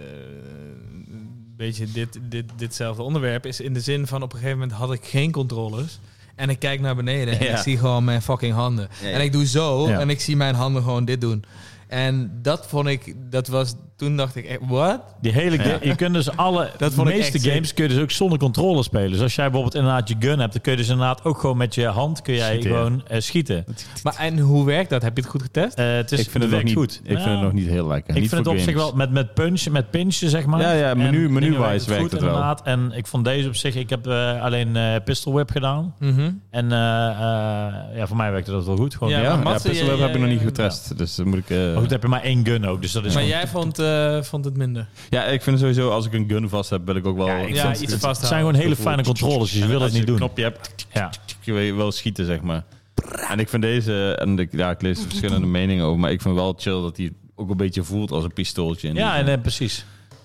beetje ditzelfde onderwerp. Is in de zin van op een gegeven moment had ik geen controllers. En ik kijk naar beneden en Ja. ik zie gewoon mijn fucking handen. Ja, ja. En ik doe zo Ja. en ik zie mijn handen gewoon dit doen. En dat vond ik, toen dacht ik, wat? Die hele je kunt dus Dat de vond ik meeste echt games kun je dus ook zonder controller spelen. Dus als jij bijvoorbeeld inderdaad je gun hebt, dan kun je dus inderdaad ook gewoon met je hand Schieten, ja. gewoon schieten. Maar en hoe werkt dat? Heb je het goed getest? Het is Ik vind het nog werkt niet goed. Ik vind het nog niet heel lekker. Ik Niet vind het voor op zich games. wel met pinchen, zeg maar. Ja, ja, En menu-wise dingen werkt het wel. inderdaad. En ik vond deze op zich, ik heb alleen pistol whip gedaan. Mhm. En voor mij werkte dat wel goed. Gewoon. Ja, Ja, maar Ja, Mats, Pistol Whip jij- heb ik nog niet getest. Dus dan moet ik... maar goed, heb je maar één gun ook. Dus dat is Maar gewoon- jij vond het minder? Ja, ik vind sowieso, als ik een gun vast heb, wil ik ook wel... Ja, ik Ja, vind iets het vasthouden. zijn gewoon hele Gevoel. fijne controllers. Dus je wil Als het niet je een doen. knopje hebt, Ja. wil je wel schieten, zeg maar. En ik vind deze... En ik lees er verschillende meningen over, maar ik vind wel chill dat hij ook een beetje voelt als een pistooltje. Ja, en precies.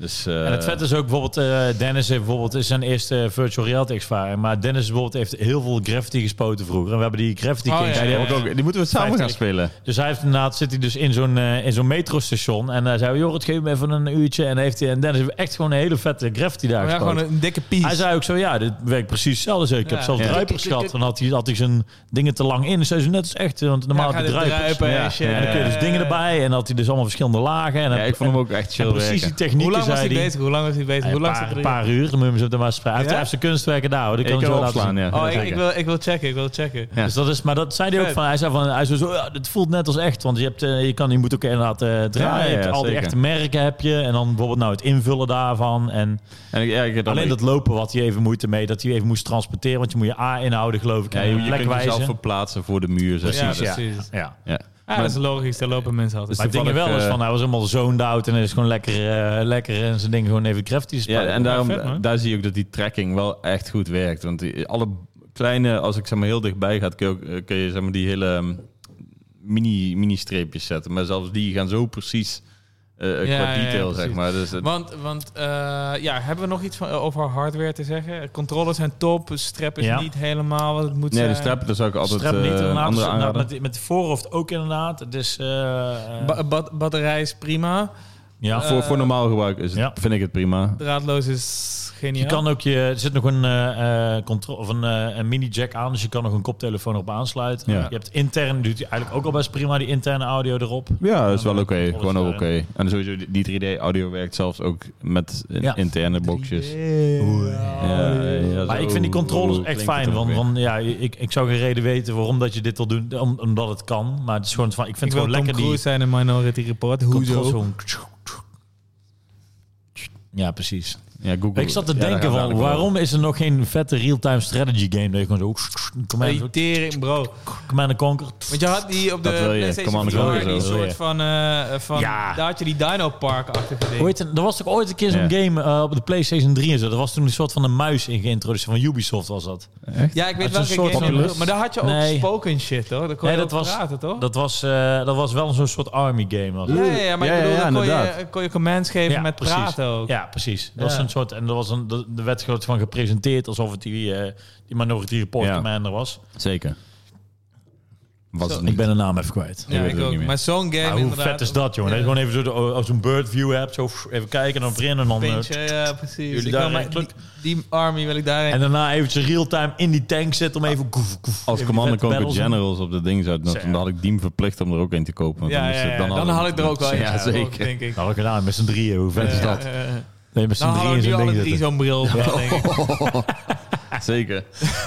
Dus, En het vet is ook bijvoorbeeld, Dennis heeft bijvoorbeeld is zijn eerste virtual reality ervaring. Maar Dennis bijvoorbeeld heeft heel veel Gravity gespoten vroeger. En we hebben die Gravity Kings. die, die moeten we samen gaan spelen. Dus hij heeft inderdaad, zit hij dus in zo'n metrostation. En hij zei, joh, het geeft me even een uurtje. En Dennis heeft echt gewoon een hele vette Gravity daar gespoten. Gewoon een dikke piece. Hij zei ook zo, ja, dit werkt precies hetzelfde. Dus ik heb zelfs druipers gehad. Dan had hij zijn dingen te lang in. Dus zei ze net als echt, want normaal heb je druipers. En dan kun je dus dingen erbij. En dan had hij dus allemaal verschillende lagen. En ik vond hem ook echt chill werken. Precies die technieken. Hoe lang was hij bezig? Hoe lang een paar uur. Dan moet je hem maar spreken. Hij heeft zijn kunstwerken daar. Hoor. Ik kan opslaan, ik wil checken. Ja. Dus dat is, maar dat zei hij ook van. Hij zei zo, ja, het voelt net als echt. Want je moet ook inderdaad draaien. Al die echte merken heb je. En dan bijvoorbeeld het invullen daarvan. En alleen dat lopen wat hij even moeite mee. Dat hij even moest transporteren. Want je moet je A inhouden, geloof ik. Je kunt jezelf verplaatzen voor de muur. Precies. Ja. Dat is logisch, daar lopen mensen altijd. Maar het ding wel is van, hij was helemaal zoned out en hij is gewoon lekker en zijn ding gewoon even krachtig spelen. Ja, en daar zie je ook dat die tracking wel echt goed werkt. Want alle kleine, als ik zeg maar heel dichtbij ga, kun je zeg maar die hele mini-streepjes zetten. Maar zelfs die gaan zo precies qua detail, zeg maar. Dus want hebben we nog iets over hardware te zeggen? Controllers zijn top, strap is niet helemaal wat het moet zijn. Nee, de strap, daar zou ik altijd strap niet, andere aanraden. Met de voorhoofd ook inderdaad. Het is, batterij is prima. Ja. Voor normaal gebruik vind ik het prima. Draadloos is geniaal. Je kan ook er zit nog een mini jack aan, dus je kan nog een koptelefoon op aansluiten. Ja. Je hebt intern, doet hij eigenlijk ook al best prima die interne audio erop. Ja, dat is wel oké. Gewoon ook oké. En sowieso die 3D audio werkt zelfs ook met interne boxjes. Maar ik vind die controllers echt fijn. Want ik zou geen reden weten waarom dat je dit wil doen, omdat het kan. Maar het is gewoon van, ik vind het gewoon lekker. Tom Cruise zijn in Minority Report. Hoezo? Ja, precies. Ja, Google. Ik zat te denken van, waarom is er nog geen vette real-time strategy game? Dat je gewoon zo... bro. Command & Conquer. Want je had die op de PlayStation 4, die soort van daar had je die Dino Park-achtige ding. Er was toch ooit een keer zo'n game op de PlayStation 3 en zo. Er was toen een soort van een muis in geïntroduceerd. Van Ubisoft was dat. Echt? Ja, ik weet welke game. Maar daar had je ook spoken shit, hoor. Daar kon je ook praten, toch? Dat was wel zo'n soort army game. Was ja, maar ik bedoel, dan kon je commands geven met praten ook. Ja, precies. Dat was een soort, en er werd van gepresenteerd alsof het die Minority Report Commander was. Zeker. Ik ben de naam even kwijt. Ja, ik ook. Maar zo'n game hoe vet is dat, jongen? Dat je gewoon even zo'n bird view hebt, zo even kijken en dan vrienden en dan... ja, precies. Jullie daar die army wil ik daarheen. En daarna eventjes real-time in die tank zitten om even... Als Command & Conquer Generals op de ding zou, dan had ik Diem verplicht om er ook een te kopen. Dan had ik er ook wel een. Zeker. Denk ik. Dat had ik gedaan met z'n drieën. Hoe vet is dat? Nee, met z'n drieën in zo'n ding zitten. Zo'n bril. Denk ik. Zeker.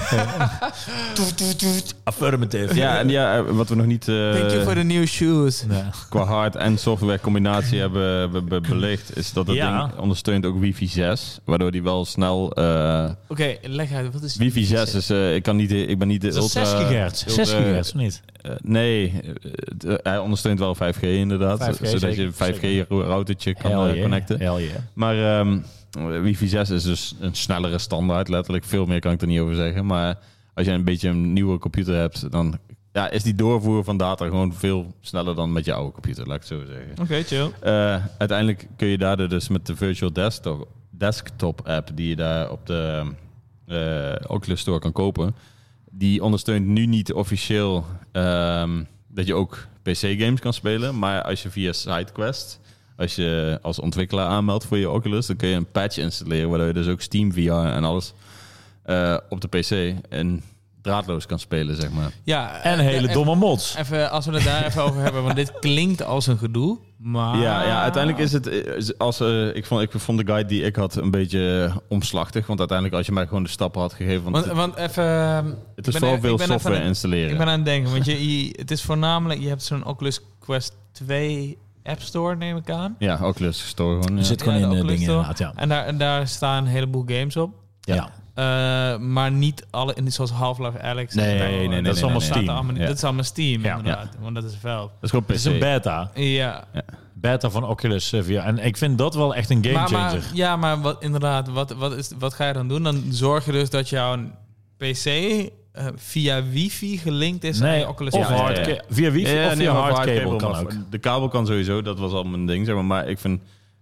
Affirmative. Ja, en wat we nog niet... Thank you for the new shoes. Qua hard- en software combinatie hebben belicht, is dat het ding ondersteunt ook wifi 6, waardoor die wel snel... Oké, leg uit. Wat is wifi 6? Is, ik ben niet de ultra... 6 gigahertz. 6 gigahertz, of niet? Nee, hij ondersteunt wel 5G inderdaad. 5G, zodat je een 5G-routertje kan connecten. Maar... wifi 6 is dus een snellere standaard, letterlijk. Veel meer kan ik er niet over zeggen. Maar als je een beetje een nieuwe computer hebt, dan is die doorvoer van data gewoon veel sneller dan met je oude computer, laat ik het zo zeggen. Oké, chill. Uiteindelijk kun je daardoor dus met de Virtual Desktop app die je daar op de Oculus Store kan kopen, die ondersteunt nu niet officieel dat je ook PC-games kan spelen. Maar als je via SideQuest... Als je als ontwikkelaar aanmeldt voor je Oculus, dan kun je een patch installeren, waardoor je dus ook Steam VR en alles op de PC en draadloos kan spelen, zeg maar. Ja, en hele domme mods. Even, als we het daar even over hebben, want dit klinkt als een gedoe, maar... Ja, uiteindelijk is het... Ik vond de guide die ik had een beetje omslachtig, want uiteindelijk als je mij gewoon de stappen had gegeven... Want even... Het is vooral veel software installeren. Ik ben aan het denken, want het is voornamelijk... Je hebt zo'n Oculus Quest 2... App Store, neem ik aan. Ja, Oculus Store gewoon. Er zit gewoon in de dingen inderdaad, ja. En daar staan een heleboel games op. Ja. Maar niet alle, zoals Half-Life Alyx. Nee, dat is allemaal Steam. Dat is allemaal Steam, inderdaad. Want dat is Valve. Dat is gewoon PC. Het is een beta. Ja. Beta van Oculus VR. En ik vind dat wel echt een gamechanger. Maar wat ga je dan doen? Dan zorg je dus dat jouw PC... via wifi gelinkt is aan je Oculus. Of via wifi of via hardcable kan ook. De kabel kan sowieso, dat was al mijn ding, zeg maar. Maar ik vind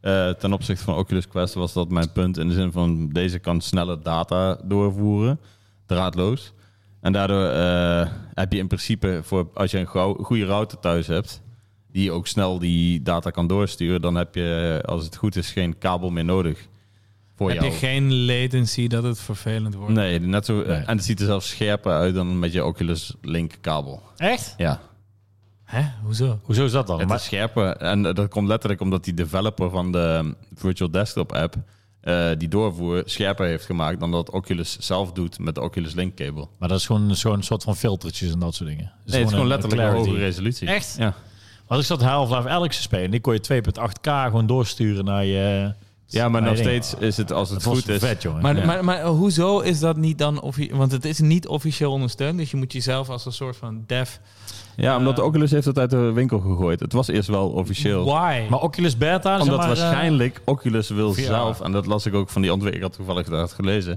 ten opzichte van Oculus Quest was dat mijn punt. In de zin van, deze kan sneller data doorvoeren. Draadloos. En daardoor heb je in principe, als je een goede router thuis hebt, die ook snel die data kan doorsturen, dan heb je, als het goed is, geen kabel meer nodig voor heb jou. je geen latency dat het vervelend wordt? Nee, net zo. En het ziet er zelfs scherper uit dan met je Oculus Link kabel. Echt? Ja. Hè? Hoezo? Hoezo is dat dan? Het is scherper. En dat komt letterlijk omdat die developer van de Virtual Desktop app die doorvoer scherper heeft gemaakt dan dat Oculus zelf doet met de Oculus Link kabel. Maar dat is gewoon zo'n soort van filtertjes en dat soort dingen. Nee, het is gewoon letterlijk een clarity. hogere resolutie. Echt? Ja. Wat is dat Half-Life Alyx spelen? Die kon je 2.8K gewoon doorsturen naar je... Ja, maar naar nog je ding. steeds is het, als het Dat was goed is... vet, jongen. Maar hoezo is dat niet dan... Want het is niet officieel ondersteund. Dus je moet jezelf als een soort van dev... Ja, omdat de Oculus heeft het uit de winkel gegooid. Het was eerst wel officieel. Why? Maar Oculus Beta... Omdat zeg maar, waarschijnlijk Oculus wil VR. zelf... En dat las ik ook van die ontwikkelaar. Ik had toevallig dat gelezen.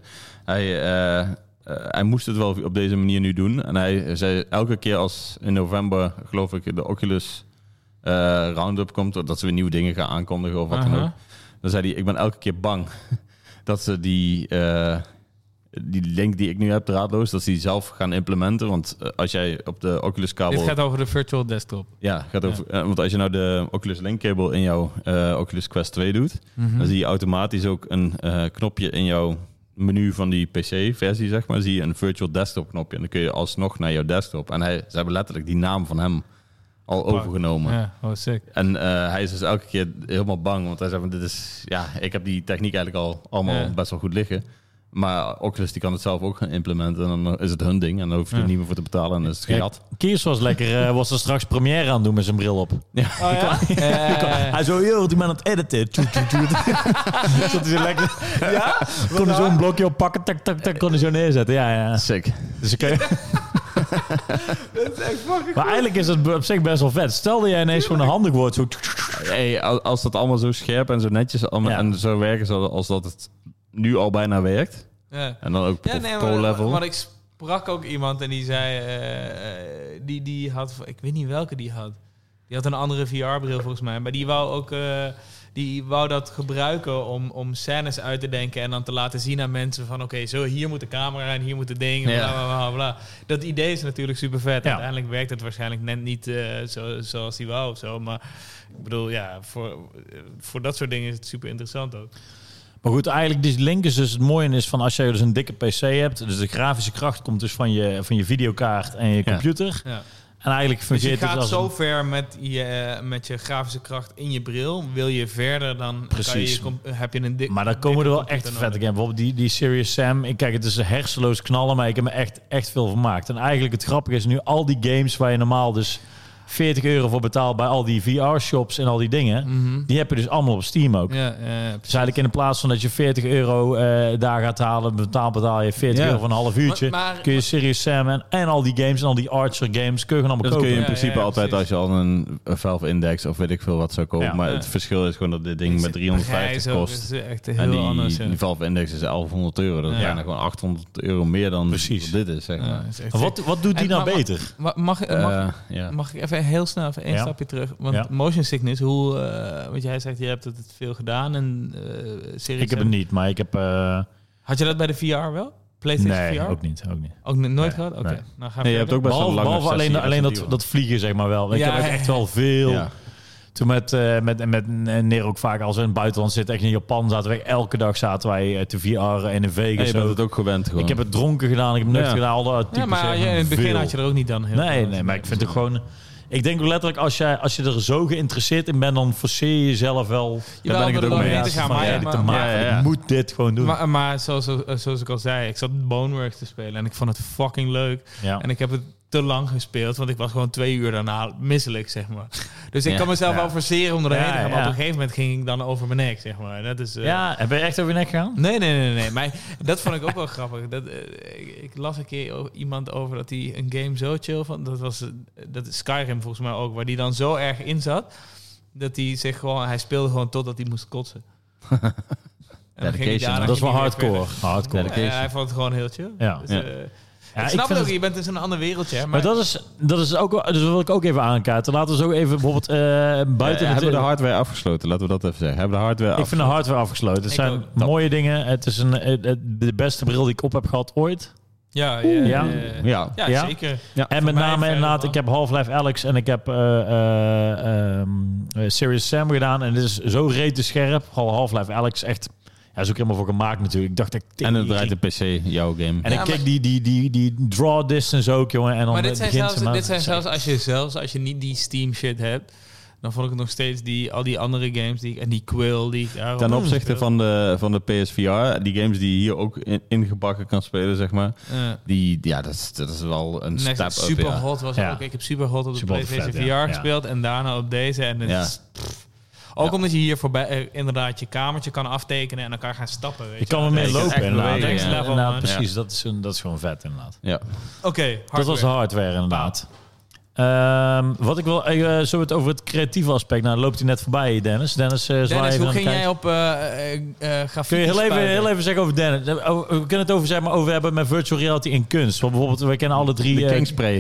Hij moest het wel op deze manier nu doen. En hij zei elke keer als in november, geloof ik, de Oculus Roundup komt... dat ze weer nieuwe dingen gaan aankondigen of wat dan ook. Dan zei hij, ik ben elke keer bang dat ze die link die ik nu heb draadloos, dat ze die zelf gaan implementen. Want als jij op de Oculus kabel... Dit gaat over de virtual desktop. Ja, gaat over, want als je nou de Oculus Link kabel in jouw Oculus Quest 2 doet, dan zie je automatisch ook een knopje in jouw menu van die PC-versie, zeg maar. Zie je een virtual desktop knopje en dan kun je alsnog naar jouw desktop. En ze hebben letterlijk die naam van hem al overgenomen. Ja, sick. En hij is dus elke keer helemaal bang, want hij zei van dit is... Ja, ik heb die techniek eigenlijk al allemaal best wel goed liggen. Maar Oculus die kan het zelf ook gaan implementen en dan is het hun ding en dan hoef je er niet meer voor te betalen en dan is het gejat. Kiers was lekker, was er straks première aan doen met zijn bril op. Ja. Hij zo, joh, ik ben aan het editen. Zat hij zo lekker... Ja? Kon hij zo'n blokje oppakken, tak, tak, tak, kon hij zo neerzetten. Ja. Sick. Dus ik maar eigenlijk is het op zich best wel vet. Stel dat jij ineens gewoon een handig wordt. Zo... Hey, als dat allemaal zo scherp en zo netjes en zo werken zoals dat het nu al bijna werkt. Ja. En dan ook pro-level. Maar ik sprak ook iemand en die zei... die had... Ik weet niet welke die had. Die had een andere VR-bril volgens mij. Maar die wou ook... die wou dat gebruiken om scènes uit te denken en dan te laten zien aan mensen van oké, zo hier moet de camera en hier moet het ding, bla, bla, bla, bla. Dat idee is natuurlijk super vet. Ja. Uiteindelijk werkt het waarschijnlijk net niet zoals die wou of zo, maar ik bedoel, ja, voor dat soort dingen is het super interessant ook. Maar goed, eigenlijk die link is dus het mooie is van als je dus een dikke PC hebt, dus de grafische kracht komt dus van je videokaart en je computer. Ja. En eigenlijk fungeert dus je gaat het zo ver met je grafische kracht in je bril. Wil je verder, dan precies. Heb je een maar dan komen er wel echt vette games. Bijvoorbeeld die Serious Sam. Kijk, het is hersenloos knallen, maar ik heb me echt veel vermaakt. En eigenlijk het grappige is nu al die games waar je normaal dus €40 voor betaalt bij al die VR-shops en al die dingen. Die heb je dus allemaal op Steam ook. Ja, dus eigenlijk in plaats van dat je €40 daar gaat halen, betaal je €40 voor een half uurtje. Maar kun je Serious Sam en al die games en al die Archer games kun je allemaal kopen. Dat kun je in principe altijd als je al een Valve Index of weet ik veel wat zou kopen. Ja. Maar het verschil is gewoon dat dit ding met 350 kost. Is echt heel en die Valve Index is €1100. Dat is bijna gewoon €800 meer dan precies dit is. Zeg maar. Wat doet die nou beter? Mag ik even heel snel even één stapje terug? Want motion sickness, wat jij zegt, je hebt het veel gedaan en ik heb het niet, maar ik heb... Had je dat bij de VR wel? PlayStation VR? Nee, ook niet. Ook nooit gehad? Oké. Nee. Nou, gaan we je hebt ook best wel lange behalve alleen dat vliegen, zeg maar wel. Ik heb ook echt wel veel... Ja. Toen met Nero ook vaak, als we in het buitenland zitten, echt in Japan zaten we elke dag te VR'en en in Vegas. Je bent het ook gewend gewoon. Ik heb het dronken gedaan, ik heb het nuchter gedaan. Maar in het begin had je er ook niet dan heel veel. Nee, maar ik vind het gewoon... Ik denk ook letterlijk, als je er zo geïnteresseerd in bent, dan forceer je jezelf wel. Daar ben ik het ook mee eens. Ik moet dit gewoon doen. Maar zoals ik al zei, ik zat Boneworks te spelen en ik vond het fucking leuk. Ja. En ik heb het te lang gespeeld, want ik was gewoon 2 uur daarna misselijk, zeg maar. Dus ik kan mezelf wel forceren om erheen te gaan, maar op een gegeven moment ging ik dan over mijn nek, zeg maar. Dat is, heb je echt over je nek gegaan? Nee. Maar dat vond ik ook wel grappig. Ik las een keer iemand over dat hij een game zo chill vond. Dat is Skyrim volgens mij ook, waar die dan zo erg in zat, dat hij speelde gewoon totdat hij moest kotsen. Dat is wel hardcore. Hij vond het gewoon heel chill. Ja. Dus, Ja, ik snap vind het ook, je bent dus in een ander wereldje. Hè, Maar dat is ook, dus wil ik ook even aankaarten. Laten we zo even bijvoorbeeld buiten hebben we de hardware afgesloten? Laten we dat even zeggen. Hebben we de hardware Ik vind de hardware afgesloten. Het Ik zijn ook. mooie dingen. Het is de beste bril die ik op heb gehad ooit. Ja, Ja. zeker. Ja. En met mij name verder inderdaad, dan. ik heb Half-Life Alyx en ik heb Serious Sam gedaan. En dit is zo rete scherp. Half-Life Alyx echt... Ja, is ook helemaal voor gemaakt natuurlijk. Ik dacht dat En het draait de PC, jouw game. En Ja, ik keek die draw distance ook, jongen. En dan Maar dit zijn begint ze zelfs als je niet die Steam shit hebt, dan vond ik het nog steeds al die andere games en die Quill die ik daarop Ten opzichte speel. van de PSVR, die games die je hier ook ingebakken kan spelen, zeg maar. Dat is wel een step up. Superhot was Ja. ook. Ik heb Superhot op de Superhot PlayStation vet, VR ja. gespeeld en daarna op deze. En het Ja. is, ook omdat je hier voorbij inderdaad je kamertje kan aftekenen en elkaar gaan stappen. Weet Je kan er mee je kan lopen echt inderdaad. bewegen, Next ja. level, Inderdaad, man. precies. Dat is gewoon vet inderdaad. Ja. Oké, Dat was de hardware inderdaad. Wat ik wil, zo het over het creatieve aspect. Nou, loopt hij net voorbij, Dennis. Dennis, zwaai Dennis, even hoe aan de ging kijk. jij op grafiek? Kun je heel even zeggen over Dennis? We kunnen het over hebben met virtual reality in kunst. Want bijvoorbeeld, we kennen alle drie... De Kingspray.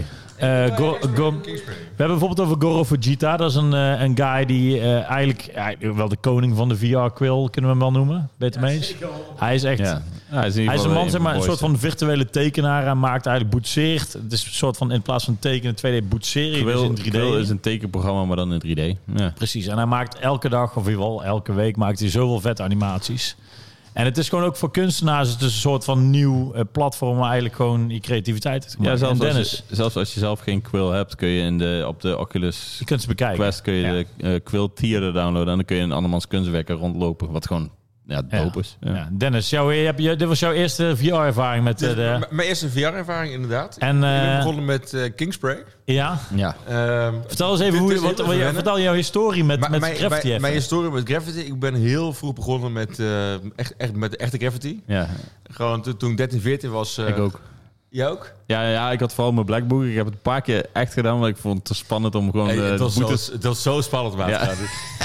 we hebben bijvoorbeeld over Goro Fujita. Dat is een guy die eigenlijk wel de koning van de VR-quill, kunnen we hem wel noemen. Beter mee eens? Hij is echt... Ja. Ja, hij is, in ieder Hij is een geval man, zeg maar, een van soort de van virtuele tekenaar. Hij maakt eigenlijk boetseert. Het is een soort van, in plaats van tekenen 2D, boetseren. Quill, Dus in 3D. Quill is een tekenprogramma, maar dan in 3D. Ja. Precies. En hij maakt elke dag, of in ieder geval elke week, maakt hij zoveel vette animaties. En het is gewoon ook voor kunstenaars het is een soort van nieuw platform waar eigenlijk gewoon je creativiteit te Ja, maken. En zelfs als je zelf geen Quill hebt, kun je op de Oculus je kunt ze bekijken. Quest kun je de Quill tier downloaden en dan kun je in andermans kunstwerken rondlopen, wat gewoon dope is. Ja. Ja. Dennis, dit was jouw eerste VR-ervaring met Mijn eerste VR-ervaring inderdaad. En, ik ben begonnen met Kingspray. Ja? Ja. Vertel eens even vertel jouw historie met Graffiti even. Mijn historie met Graffiti. Ik ben heel vroeg begonnen met met de echte Graffiti. Ja, Gewoon toen ik 13, 14 was. ik ook. Jij ook? Ja, ik had vooral mijn Black Book. Ik heb het een paar keer echt gedaan, want ik vond het te spannend om gewoon het was zo spannend, maat. Ja.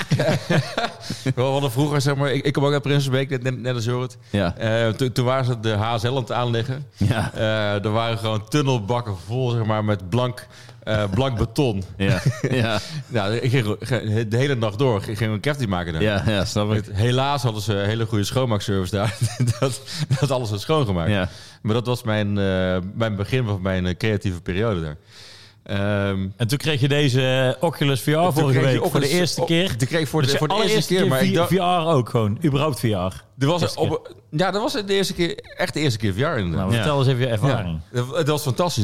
We hadden vroeger, zeg maar, ik kom ook uit Prinsenbeek, net als Jorrit. Ja. Toen waren ze de HSL aan het aanleggen. Ja. Er waren gewoon tunnelbakken vol, zeg maar, met blank beton. Ja. Ja. Nou, ik ging de hele nacht door. Ik ging een Graffiti maken daar. Ja, snap ik. Helaas hadden ze een hele goede schoonmaakservice daar. dat alles werd schoongemaakt. Ja. Maar dat was mijn begin van mijn creatieve periode daar. En toen kreeg je deze Oculus VR vorige week voor de eerste keer. Die kreeg voor Dus de eerste keer. Maar VR ook gewoon, überhaupt VR. dat was de eerste keer, echt de eerste keer VR inderdaad. Nou, vertel eens even je ervaring. Ja, het was fantastisch.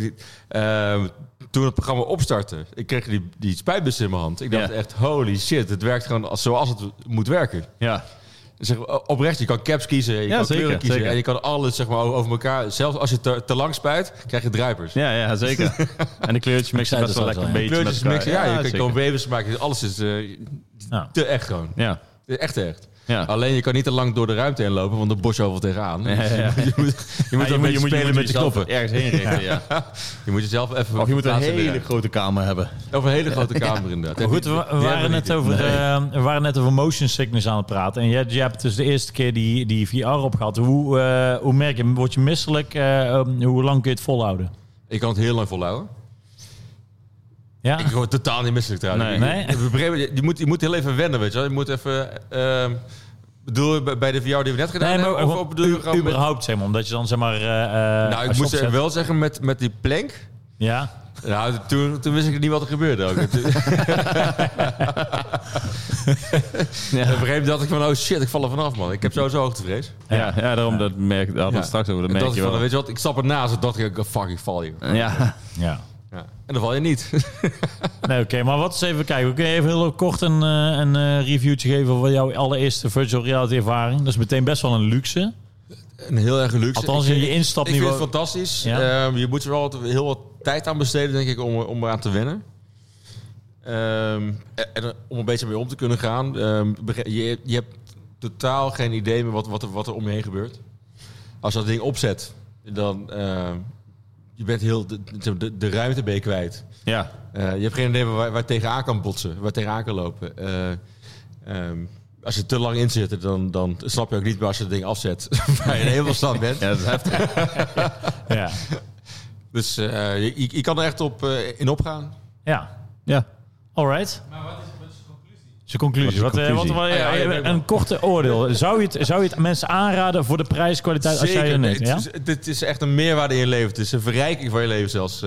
Toen het programma opstartte, ik kreeg die spuitbus in mijn hand. Ik dacht echt, holy shit, het werkt gewoon zoals het moet werken. Ja. Zeg, oprecht, je kan caps kiezen, je kan kleuren kiezen. Zeker. En je kan alles zeg maar, over elkaar. Zelfs als je te lang spuit, krijg je druipers. Ja, zeker. En de kleurtjes mixen best wel lekker een beetje Kleurtjes met elkaar. mixen, je kan zeker. gewoon wevens maken. Alles is te echt gewoon. Ja. Echt echt. Ja. Alleen je kan niet te lang door de ruimte heen lopen, want dan bos je overal tegenaan. Ja. Je moet een beetje spelen met de knoppen. Ergens heen richten, ja. Je moet jezelf even... Of je moet een plaatsen hele weer. grote kamer hebben. Of een hele grote kamer inderdaad. Maar goed, we waren net over motion sickness aan het praten. En je hebt dus de eerste keer die VR opgehad. Hoe merk je, word je misselijk? Hoe lang kun je het volhouden? Ik kan het heel lang volhouden. Ja? Ik word totaal niet misselijk trouwens. Nee? Je moet heel even wennen, weet je wel. Je moet even... bedoel je bij de VR die we net gedaan Nee, maar hebben? Of bedoel je gewoon met- überhaupt, zeg maar. Omdat je dan, zeg maar... Nou, ik als je moet opzet- wel zeggen, met die plank... Ja? Nou, toen wist ik niet wat er gebeurde ook. Op een gegeven moment dacht ik van, oh shit, ik val er vanaf, man. Ik heb sowieso hoogtevrees. Ja, daarom dat merk daar hadden we het straks over. Dat En merk dacht je ik van, wel. weet je wat, ik stap ernaast en dacht ik, oh, fuck, ik val hier. Ja. Ja. Ja. En dan val je niet. Nee, oké. Maar wat is even kijken. We kunnen even heel kort een reviewtje geven over jouw allereerste virtual reality ervaring. Dat is meteen best wel een luxe. Een heel erg luxe. Althans, in je instapniveau. Ik vind het fantastisch. Ja? Je moet er wel heel wat tijd aan besteden, denk ik, om eraan te wennen. En om een beetje mee om te kunnen gaan. Je hebt totaal geen idee meer wat er om je heen gebeurt. Als je dat ding opzet, dan... je bent heel de ruimte ben je kwijt. Ja. Je hebt geen idee waar je tegenaan kan botsen, waar je tegenaan kan lopen. Als je te lang in zit, dan snap je ook niet meer als je het ding afzet waar je in helemaal stand bent. Ja, dat is heftig. Ja. Dus je kan er echt in opgaan. Ja. Ja. Alright. Maar wat is de conclusie? Zijn conclusie. Wat is de conclusie? Een korte oordeel. Zou je het mensen aanraden voor de prijs, kwaliteit, als jij er Nee, neemt? Ja? het is echt een meerwaarde in je leven. Het is een verrijking van je leven zelfs.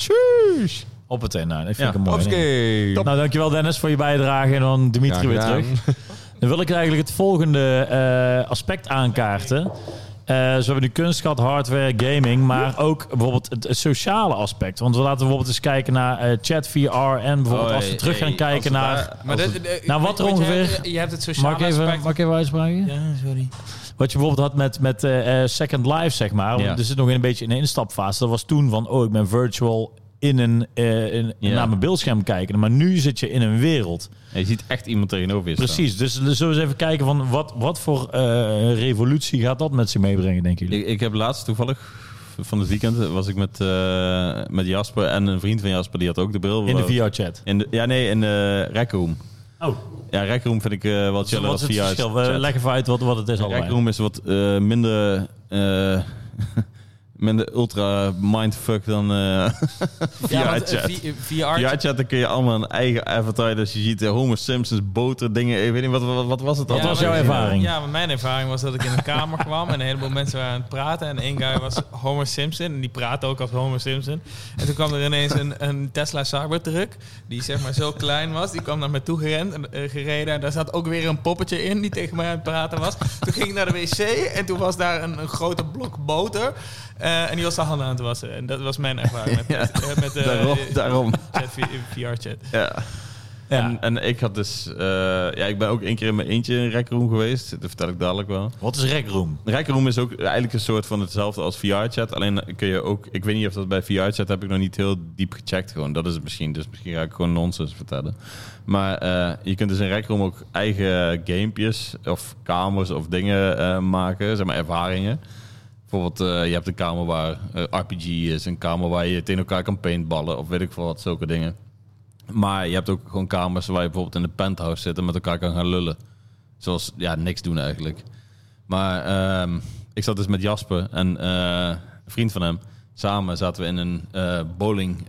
Op het een. Nou, dat vind ik een mooi. Oké. Nou, dankjewel Dennis voor je bijdrage. En dan Dimitri weer terug. Dan wil ik eigenlijk het volgende aspect aankaarten. Ze hebben nu kunst gehad, hardware, gaming, maar ook bijvoorbeeld het sociale aspect. Want we laten bijvoorbeeld eens kijken naar chat, VR en bijvoorbeeld als we terug gaan kijken naar... Maar wat er ongeveer... Je hebt het sociale aspect. Mag ik even uitspraken? Ja, sorry. Wat je bijvoorbeeld had met Second Life, zeg maar. Ja. Er zit nog een beetje in een instapfase. Dat was toen van, ik ben virtual naar mijn beeldscherm kijken. Maar nu zit je in een wereld. Ja, je ziet echt iemand tegenover je staan. Precies, dus zullen we eens even kijken van wat voor revolutie gaat dat met zich meebrengen, denken jullie? Ik heb laatst toevallig van het weekend was ik met Jasper en een vriend van Jasper, die had ook de bril. In de VR-chat? In de Rec Room. Oh. Ja, Rec Room vind ik wel chiller Wat als is het verschil? Leg even uit wat het is allebei. Rec Room is wat minder... minder ultra mindfuck dan VR-chat. VR-chat, dan kun je allemaal een eigen avatar. Dus je ziet Homer Simpsons, boter, dingen. Ik weet niet, wat was het? Wat was jouw ervaring? Ja, maar mijn ervaring was dat ik in een kamer kwam en een heleboel mensen waren aan het praten. En één guy was Homer Simpson en die praatte ook als Homer Simpson. En toen kwam er ineens een Tesla Cybertruck, die zeg maar zo klein was. Die kwam naar me toe gereden en daar zat ook weer een poppetje in die tegen mij aan het praten was. Toen ging ik naar de wc en toen was daar een grote blok boter. En die was de handen aan het wassen. En dat was mijn ervaring met daarom. VR-chat. Ja. En ik had dus... ik ben ook 1 keer in mijn eentje in Rec Room geweest. Dat vertel ik dadelijk wel. Wat is Rec Room? Rec Room is ook eigenlijk een soort van hetzelfde als VR-chat. Alleen kun je ook... Ik weet niet of dat bij VR-chat heb ik nog niet heel diep gecheckt gewoon. Dat is het misschien. Dus misschien ga ik gewoon nonsens vertellen. Maar je kunt dus in Rec Room ook eigen gamepjes of kamers of dingen maken. Zeg maar ervaringen. Bijvoorbeeld, je hebt een kamer waar RPG is. Een kamer waar je tegen elkaar kan paintballen. Of weet ik veel wat, zulke dingen. Maar je hebt ook gewoon kamers waar je bijvoorbeeld in de penthouse zit en met elkaar kan gaan lullen. Zoals, niks doen eigenlijk. Maar ik zat dus met Jasper en een vriend van hem. Samen zaten we in een bowling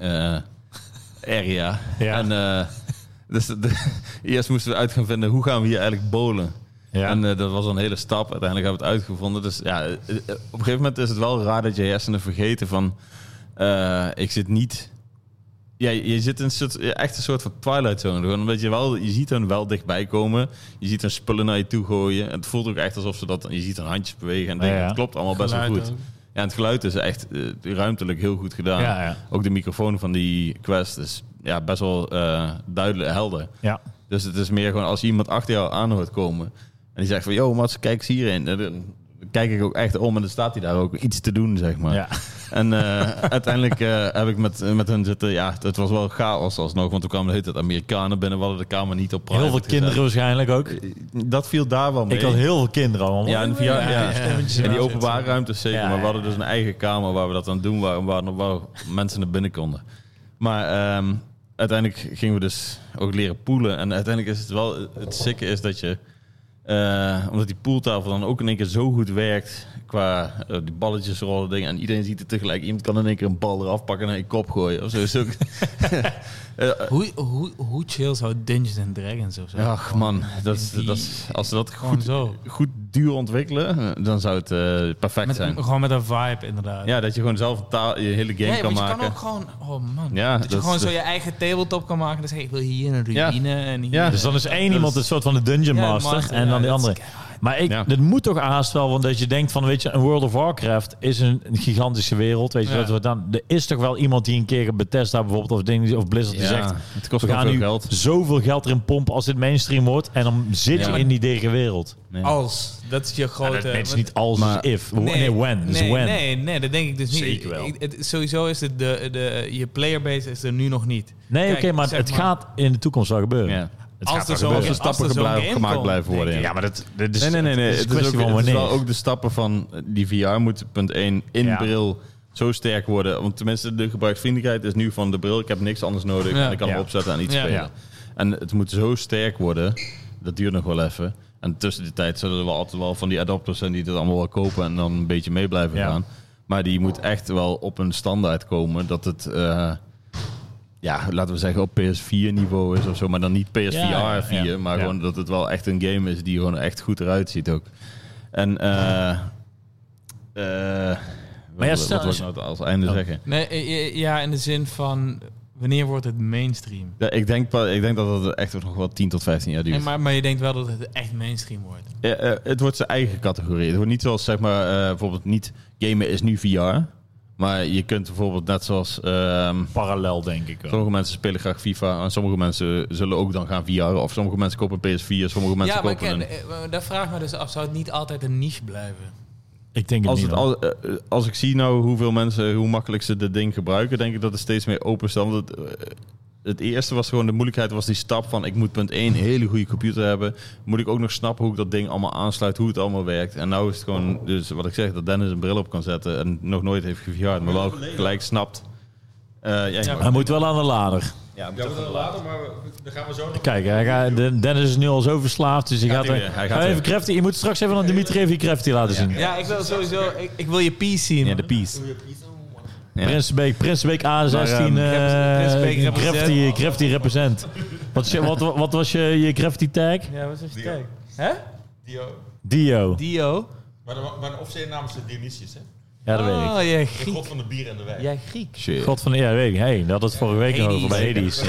area. Ja. En dus eerst moesten we uit gaan vinden, hoe gaan we hier eigenlijk bowlen? Ja. En dat was een hele stap. Uiteindelijk hebben we het uitgevonden. Dus ja, op een gegeven moment is het wel raar dat je hersenen vergeten van... ik zit niet... Ja, je zit in een soort van Twilight Zone. Gewoon omdat je ziet hen wel dichtbij komen. Je ziet hun spullen naar je toe gooien. Het voelt ook echt alsof ze dat... Je ziet hun handjes bewegen en dingen. Het klopt allemaal best wel goed. Ook. Ja, en het geluid is echt ruimtelijk heel goed gedaan. Ja, ja. Ook de microfoon van die Quest is best wel duidelijk helder. Ja. Dus het is meer gewoon als je iemand achter jou aan hoort komen... en die zegt van, yo Mats, kijk eens hierin. Dan kijk ik ook echt om en dan staat hij daar ook iets te doen, zeg maar. Ja. En uiteindelijk heb ik met hun zitten... Ja, het was wel chaos alsnog, want toen kwamen de hele tijd Amerikanen binnen. We hadden de kamer niet op private heel veel kinderen gezet. Waarschijnlijk ook. Dat viel daar wel mee. Ik had heel veel kinderen allemaal. Ja, en die openbare ruimtes zeker. Ja, maar we hadden dus een eigen kamer waar we dat aan het doen waren... waar mensen naar binnen konden. Maar uiteindelijk gingen we dus ook leren poelen. En uiteindelijk is het wel... Het sikke is dat je... omdat die pooltafel dan ook in één keer zo goed werkt... qua die balletjes rollen dingen... en iedereen ziet het tegelijk. Iemand kan in één keer een bal eraf pakken en naar je kop gooien. Of zo. Hoe chill zou Dungeons & Dragons of zo? Ach man, als ze dat goed duur ontwikkelen... dan zou het perfect zijn. Gewoon met een vibe inderdaad. Ja, dat je gewoon zelf je hele game kan maken. Je kan ook gewoon... Oh man. Ja, dat je gewoon zo je eigen tabletop kan maken. Dus ik wil hier een ruïne en hier... Ja, dus dan is één iemand een soort van de Dungeon Master en dan die andere... Maar dit moet toch haast wel, want dat je denkt van, weet je, een World of Warcraft is een gigantische wereld, weet je, dat we dan, er is toch wel iemand die een keer Bethesda bijvoorbeeld of Blizzard die zegt, het kost we gaan nu zoveel geld erin pompen als dit mainstream wordt en dan zit je in die tegen wereld. Nee. Als, dat is je grote... dat is niet als, maar if. When. Nee, dat denk ik dus niet. Zeker wel. Sowieso is het je playerbase is er nu nog niet. Nee, oké, maar het gaat in de toekomst wel gebeuren. Ja. Als er stappen gemaakt blijven worden. Ja, maar dat is het is wel ook de stappen van die VR moet punt 1 in bril zo sterk worden. Want tenminste de gebruiksvriendelijkheid is nu van de bril. Ik heb niks anders nodig en ik kan hem opzetten en iets spelen. Ja. En het moet zo sterk worden. Dat duurt nog wel even. En tussen die tijd zullen er wel altijd wel van die adapters zijn die het allemaal wel kopen en dan een beetje mee blijven gaan. Maar die moet echt wel op een standaard komen dat het, laten we zeggen, op PS4-niveau is of zo. Maar dan niet PSVR 4, maar gewoon dat het wel echt een game is die gewoon echt goed eruit ziet ook. En wat wil ik nou als einde zeggen? Nee, in de zin van... Wanneer wordt het mainstream? Ja, ik denk dat het echt nog wel 10 tot 15 jaar duurt. Maar je denkt wel dat het echt mainstream wordt? Het wordt zijn eigen categorie. Het wordt niet zoals, zeg maar, bijvoorbeeld niet... Gamen is nu VR. Maar je kunt bijvoorbeeld net zoals... parallel, denk ik wel. Sommige mensen spelen graag FIFA. En sommige mensen zullen ook dan gaan VR. Of sommige mensen kopen een PS4. Sommige mensen kopen daar vraag ik me dus af. Zou het niet altijd een niche blijven? Ik denk het niet. Als ik zie nou hoeveel mensen, hoe makkelijk ze dit ding gebruiken, denk ik dat het steeds meer openstaat. Want het eerste was gewoon, de moeilijkheid was die stap van, ik moet punt 1 een hele goede computer hebben. Moet ik ook nog snappen hoe ik dat ding allemaal aansluit, hoe het allemaal werkt. En nou is het gewoon, dus wat ik zeg, dat Dennis een bril op kan zetten en nog nooit heeft geVR'd, maar wel gelijk snapt. Hij moet wel aan de lader. Ja, we moeten later, maar dan gaan we zo nog... Kijk, Dennis is nu al zo verslaafd, dus hij gaat even Crafty. Je moet straks even aan Dimitri even Crafty laten zien. Ja, ik wil sowieso... Ik wil je piece zien. Ja, de piece. Ja. Prinsenbeek A16, Crafty represent. Wat was je Crafty tag? Ja, wat was je tag? Hè? Dio. Maar de officiële naam is de Dionysius, hè? Ja, dat weet ik. Oh, jij De Griek. god van de bier en de wijn. Jij Griek. Shit. God van de... Ja, weet ik. Hey, dat had het vorige week nog over bij Hades.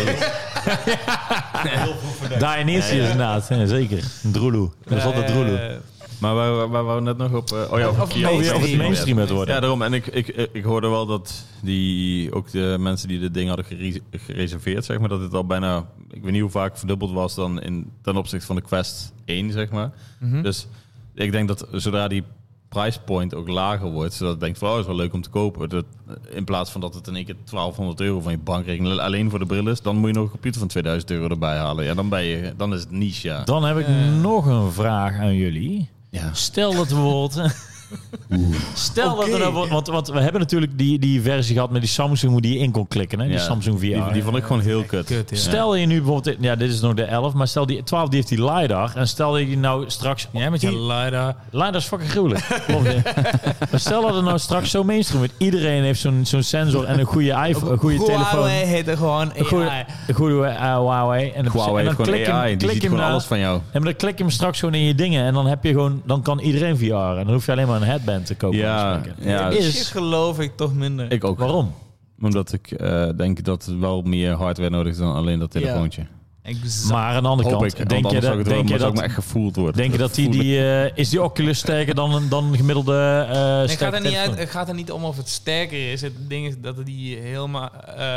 Heel vroeg verdenkt. Dionysius inderdaad. Ja, zeker. Droeloe. Dat is altijd Droeloe. Maar waar waren we net nog op? Of het mainstream het worden. Ja, daarom. En ik hoorde wel dat ook de mensen die dit ding hadden gereserveerd, zeg maar, dat het al bijna, ik weet niet hoe vaak verdubbeld was dan ten opzichte van de Quest 1, zeg maar. Mm-hmm. Dus ik denk dat zodra die price point ook lager wordt, zodat ik denk van, is wel leuk om te kopen. Dat, in plaats van dat het in één keer €1200 van je bankrekening alleen voor de bril is, dan moet je nog een computer van €2000 erbij halen. Ja, dan is het niche, ja. Dan heb ik nog een vraag aan jullie. Ja. Stel dat we bijvoorbeeld... Stel dat er nou... Want we hebben natuurlijk die versie gehad met die Samsung hoe die je in kon klikken. Hè? Die Ja. Samsung VR. Die vond ik gewoon heel kut. Ja. Stel je nu bijvoorbeeld... Ja, dit is nog de 11. Maar stel die 12 die heeft die LiDAR. En stel dat je nou straks... Jij met je LiDAR. LiDAR is fucking gruwelijk. Maar stel dat het nou straks zo mainstream wordt. Iedereen heeft zo'n sensor en een goede iPhone, een goede telefoon. Huawei heet er gewoon AI. Een goede Huawei. En Huawei heeft gewoon AI. Die ziet gewoon alles van jou. En maar dan klik je hem straks gewoon in je dingen. En dan heb je gewoon... Dan kan iedereen VR. En dan hoef je alleen maar een headband te kopen. Ja, Die shit geloof ik toch minder. ik ook. Waarom? Omdat ik denk dat er wel meer hardware nodig is dan alleen dat telefoontje. Maar aan de andere Hoop kant, ik. denk je dat dat me echt gevoeld wordt. denk je dat is die Oculus sterker dan gemiddelde Het sterke telefoon? gaat er niet om of het sterker is. Het ding is dat die helemaal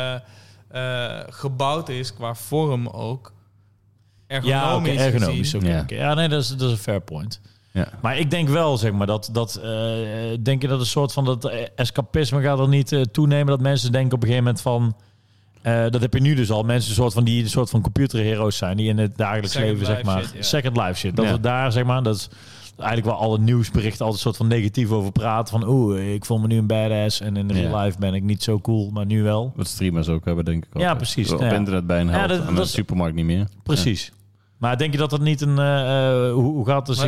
gebouwd is qua vorm ook. Ergonomisch. Ergonomisch. gezien. Oké. Ja, nee, dat is een fair point. Ja. Maar ik denk wel, zeg maar, dat denk je dat een soort van dat escapisme gaat er niet toenemen, dat mensen denken op een gegeven moment van, dat heb je nu dus al, mensen die een soort van computerheroes zijn, die in het dagelijks Second leven, zeg life maar, shit, ja. second life shit. Dat Ja. we daar, zeg maar, dat is eigenlijk wel alle nieuwsberichten altijd een soort van negatief over praten, van ik voel me nu een badass en in real life ben ik niet zo cool, maar nu wel. Wat streamers ook hebben, denk ik. Ja, altijd. precies. Op Ja. internet bij een helft dat- en dat de is- supermarkt niet meer. Precies. Maar denk je dat dat niet een... hoe gaat het?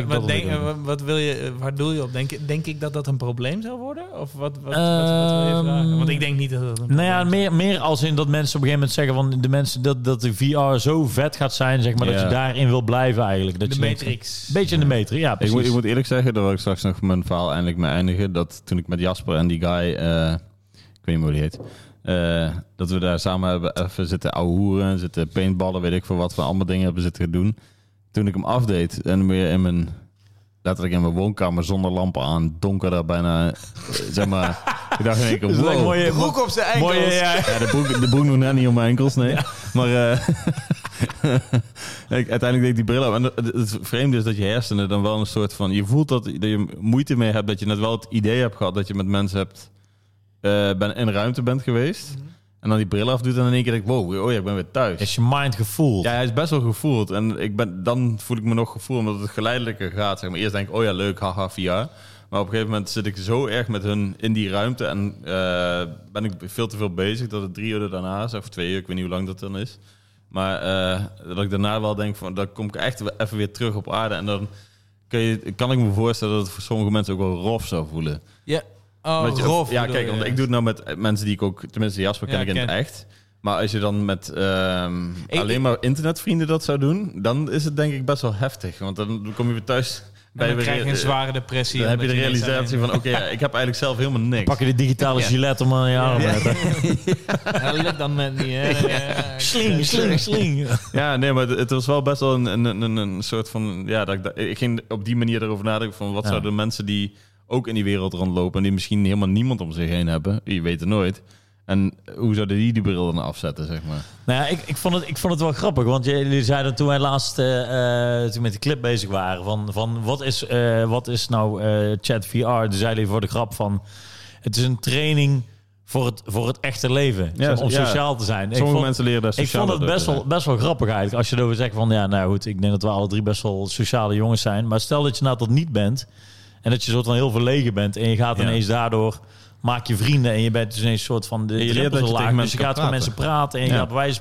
Waar doe je op? Denk ik dat dat een probleem zou worden? Of wat wil je vragen? Want ik denk niet dat dat een Nou ja, probleem is. meer als in dat mensen op een gegeven moment zeggen van de mensen dat de VR zo vet gaat zijn, zeg maar, dat je daarin wil blijven eigenlijk. Dat De je denkt Matrix. van- beetje in de Matrix, ja, precies. Ik moet eerlijk zeggen, daar wil ik straks nog mijn verhaal eindelijk mee eindigen. Dat toen ik met Jasper en die guy, ik weet niet meer hoe die heet, dat we daar samen hebben even zitten ouwehoeren, zitten paintballen, weet ik veel wat we allemaal dingen hebben zitten doen. Toen ik hem afdeed en weer letterlijk in mijn woonkamer zonder lampen aan, donker daar bijna, zeg maar, ik dacht in één keer, Dat is een wow. mooie, Broek op zijn enkels. mooie, ja. Ja, de broek nog net niet om mijn enkels, nee. Maar uiteindelijk deed ik die bril op. En het vreemde is dat je hersenen dan wel een soort van... Je voelt dat je moeite mee hebt, dat je net wel het idee hebt gehad dat je met mensen hebt in ruimte bent geweest. En dan die bril afdoet en in één keer denk ik, wow, ik ben weer thuis. Is je mind gevoeld? Ja, hij is best wel gevoeld. En dan voel ik me nog gevoeld omdat het geleidelijker gaat. Zeg maar. Eerst denk ik, leuk, haha, VR. Maar op een gegeven moment zit ik zo erg met hun in die ruimte en ben ik veel te veel bezig dat het 3 uur daarna is, of 2 uur, ik weet niet hoe lang dat dan is. Maar dat ik daarna wel denk van, dan kom ik echt even weer terug op aarde en dan kan ik me voorstellen dat het voor sommige mensen ook wel rof zou voelen. Ja. Oh, Weet je, Rolf. ja, bedoel kijk, je. want ik doe het nou met mensen die ik ook... Tenminste, Jasper ken Ja, ik in het ken. echt. Maar als je dan met Ik- alleen maar internetvrienden dat zou doen... dan is het denk ik best wel heftig. Want dan kom je weer thuis... En dan krijg je een zware depressie. Dan heb je de omdat niks realisatie alleen- van... oké, ik heb eigenlijk zelf helemaal niks. Pak je de digitale gilet om aan je arm te zetten. Ja, dat lukt dan net niet, hè? Ja, Sling. Ja, nee, maar het was wel best wel een soort van... Ja, ik ging op die manier erover nadenken van... wat Ja. zouden mensen die ook in die wereld rondlopen... en die misschien helemaal niemand om zich heen hebben... je weet het nooit... En hoe zouden die bril dan afzetten, zeg maar? Nou ja, ik vond het wel grappig. Want jullie zeiden toen wij laatst toen met die clip bezig waren... van wat is nou chat VR? Toen zeiden jullie voor de grap van... het is een training voor het echte leven. Ja, om ja. sociaal te zijn. Sommige mensen leren daar Ik sociaal vond het best wel grappig eigenlijk. Als je erover zegt van... ja, nou goed, ik denk dat we alle drie best wel sociale jongens zijn. Maar stel dat je nou dat niet bent... en dat je soort van heel verlegen bent... en je gaat Ja. ineens daardoor... maak je vrienden en je bent dus ineens een soort van... de je leert drempel dat zo je laag. tegen Dus je mensen gaat kan met mensen praten... en je Ja. gaat bij wijze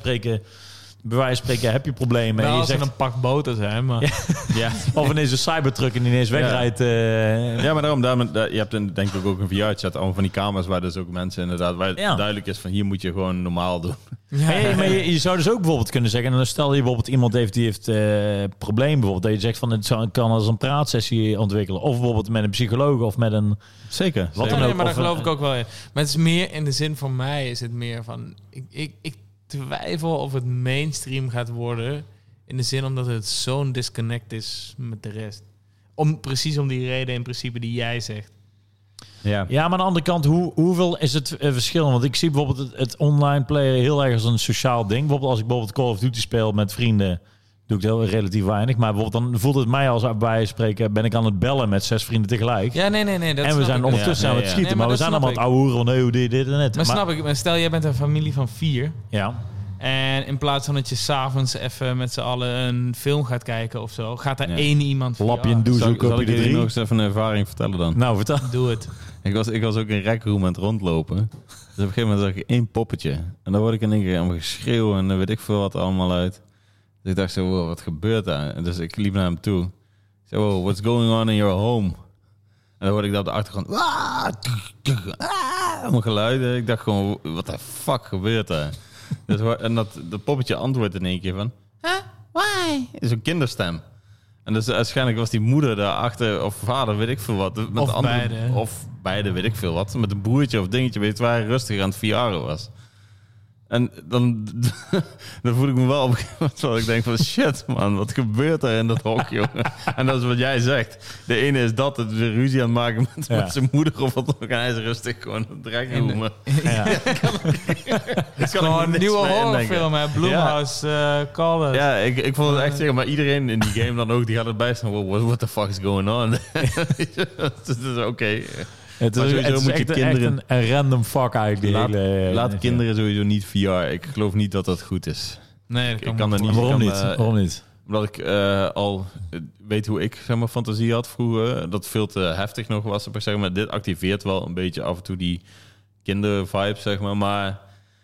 van spreken heb je problemen. En Wel je als zegt, er een pak boter zijn, maar... Ja. of ineens een cybertruck en ineens wegrijdt. Ja, maar daarom je hebt denk ik ook een VR-chat, allemaal van die kamers waar dus ook mensen inderdaad, waar het Ja. duidelijk is van hier moet je gewoon normaal doen. Maar je zou dus ook bijvoorbeeld kunnen zeggen... en dan stel je bijvoorbeeld iemand heeft die heeft probleem bijvoorbeeld... dat je zegt van het kan als een praatsessie ontwikkelen... of bijvoorbeeld met een psycholoog of met een... Zeker. Wat Ja, dan nee, ook, maar daar of, geloof ik ook wel in. Maar het is meer in de zin van mij is het meer van... Ik twijfel of het mainstream gaat worden... in de zin omdat het zo'n disconnect is met de rest. Precies om die reden in principe die jij zegt. Ja. Ja, maar aan de andere kant, hoeveel is het verschil? Want ik zie bijvoorbeeld het online playen heel erg als een sociaal ding. Bijvoorbeeld als ik bijvoorbeeld Call of Duty speel met vrienden... doe ik het heel relatief weinig. Maar bijvoorbeeld dan voelt het mij als bij spreken... ben ik aan het bellen met 6 vrienden tegelijk. Ja, nee. Dat en we snap zijn ik. ondertussen aan het Ja. schieten. Nee, maar maar we dat zijn allemaal snap aan het ouwehoeren van... nee, dit en het. Maar snap ik, maar stel jij bent een familie van 4... Ja. en in plaats van dat je s'avonds even met z'n allen een film gaat kijken of zo... gaat er Ja. één iemand... Lapje en doe, zo Zal koop je ik de jullie 3. nog eens even een ervaring vertellen dan? Nou, vertel. Doe het. Ik was ook in Rec Room aan het rondlopen. Dus op een gegeven moment zag ik 1 poppetje. En dan word ik in één keer aan geschreeuwen en dan weet ik veel wat er allemaal uit. Dus ik dacht zo, wow, wat gebeurt daar? En dus ik liep naar hem toe. Ik zei, wow, what's going on in your home? En dan hoorde ik daar op de achtergrond... Allemaal geluiden. Ik dacht gewoon, wat de fuck gebeurt daar? Dus, en dat poppetje antwoordt in één keer van... Why? Is een kinderstem. En dus waarschijnlijk was die moeder daarachter, of vader, weet ik veel wat. Met Of andere, beide. Of beide, weet ik veel wat. Met een broertje of dingetje, weet je, waar hij rustig aan het VR'en was. En dan voel ik me wel op een gegeven moment wel. Ik denk van shit man, wat gebeurt er in dat hok, jongen? En dat is wat jij zegt. De ene is dat, het weer ruzie aan het maken met zijn moeder of wat ook. En hij is rustig gewoon het rek roemen. Ja. Het is gewoon een nieuwe horrorfilm, hè? Blumhouse Call Us. Ja, ik vond het echt zeggen, maar iedereen in die game dan ook, die gaat erbij staan. Wow, what the fuck is going on? Het is oké. Het Maar is, sowieso het is moet je echt, kinderen- echt een random fuck eigenlijk. Die hele, Laat kinderen sowieso niet VR. Ik geloof niet dat dat goed is. Nee, dat Ik kan er niet. Waarom ik niet? kan, Waarom niet? Omdat ik al weet hoe ik zeg maar, fantasie had vroeger. Dat veel te heftig nog was. Zeg maar. Dit activeert wel een beetje af en toe die kindervibes, zeg maar. Maar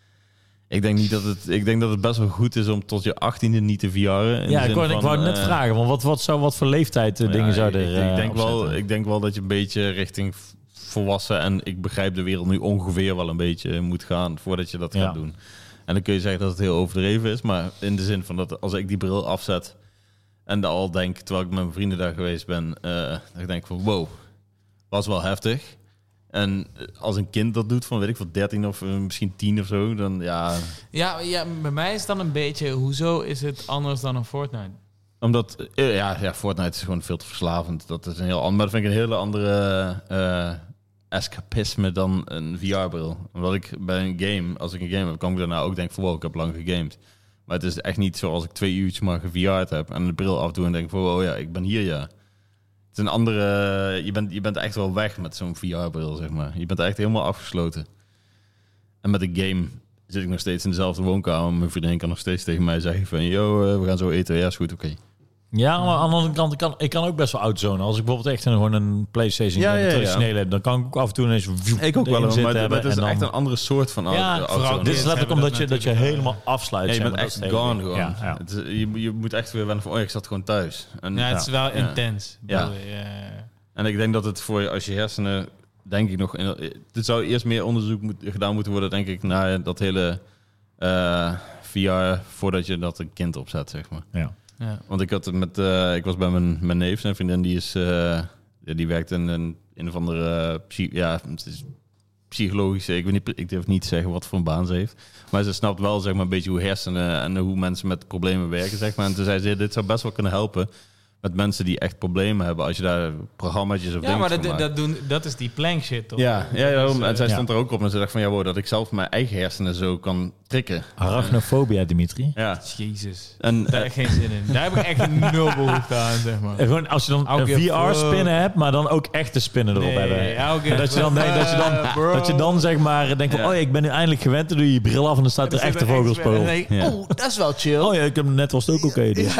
ik denk niet dat het. Ik denk dat het best wel goed is om tot je 18e niet te VR'en. Ja, ik wou net vragen. Want wat voor leeftijd dingen zouden er ik denk wel dat je een beetje richting volwassen en ik begrijp de wereld nu ongeveer wel een beetje moet gaan voordat je dat gaat doen. En dan kun je zeggen dat het heel overdreven is, maar in de zin van dat als ik die bril afzet en dan al denk, terwijl ik met mijn vrienden daar geweest ben, dan denk ik van wow, was wel heftig. En als een kind dat doet van, weet ik wat, 13 of misschien 10 of zo, dan ja... Ja, bij mij is het dan een beetje, hoezo is het anders dan een Fortnite? Omdat, Fortnite is gewoon veel te verslavend. Dat is een heel ander, maar dat vind ik een hele andere escapisme dan een VR-bril. Omdat ik bij een game, als ik een game heb, kan ik daarna ook denken van, wow, ik heb lang gegamed. Maar het is echt niet zoals ik 2 uurtjes maar geVR'd heb en de bril afdoe en denk van, wow, ja, ik ben hier, ja. Het is een andere, je bent echt wel weg met zo'n VR-bril, zeg maar. Je bent echt helemaal afgesloten. En met een game zit ik nog steeds in dezelfde woonkamer. Mijn vriendin kan nog steeds tegen mij zeggen van, yo, we gaan zo eten. Ja, is goed, oké. Ja, maar aan de andere kant, ik kan ook best wel outzonen. Als ik bijvoorbeeld echt gewoon een PlayStation traditionele heb, dan kan ik ook af en toe ineens Ik ook wel, maar het is en dan, echt een andere soort van vooral, dit is letterlijk omdat je helemaal afsluit. Ja, je zeg bent maar, echt dat is het gone hele gewoon. ding. Ja. Het is, je moet echt weer wennen van, ik zat gewoon thuis. En, Ja, het is wel intens. Ja. En ik denk dat het voor je, als je hersenen denk ik nog... Er zou eerst meer onderzoek gedaan moeten worden, denk ik, naar dat hele VR, voordat je dat een kind opzet, zeg maar. Ja. Ja. Want ik was bij mijn neef, zijn vriendin, die werkt in een of andere het is psychologische, ik durf niet te zeggen wat voor een baan ze heeft. Maar ze snapt wel, zeg maar, een beetje hoe hersenen en hoe mensen met problemen werken, zeg maar. En toen zei ze, dit zou best wel kunnen helpen met mensen die echt problemen hebben, als je daar programma's of Ja, maar dingen dat is die plank shit, toch? Ja, daarom. En zij ja. stond er ook op en ze dacht van, ja, wow, dat ik zelf mijn eigen hersenen zo kan trikken. Arachnofobia, Dimitri. Ja. Jezus. En Daar heb ik geen zin in. Daar heb ik echt nul behoefte aan, zeg maar. En gewoon als je dan I'll een give VR-spinnen hebt, maar dan ook echte spinnen erop hebben. En dat je dan denkt, dat je dan zeg maar denkt van, Ja. oh ja, ik ben nu eindelijk gewend, dan doe je je bril af en dan staat er echte vogels op. Ja. Oh, dat is wel chill. Oh ja, ik heb hem net was het ook oké. Dus.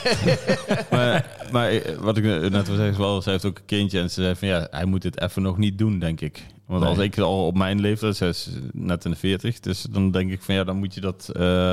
Maar wat ik net wil zeggen is wel, zij heeft ook een kindje en ze zei van, ja, hij moet dit even nog niet doen, denk ik. Want als ik al op mijn leeftijd, zij is net in de 40, dus dan denk ik van, ja, dan moet je dat...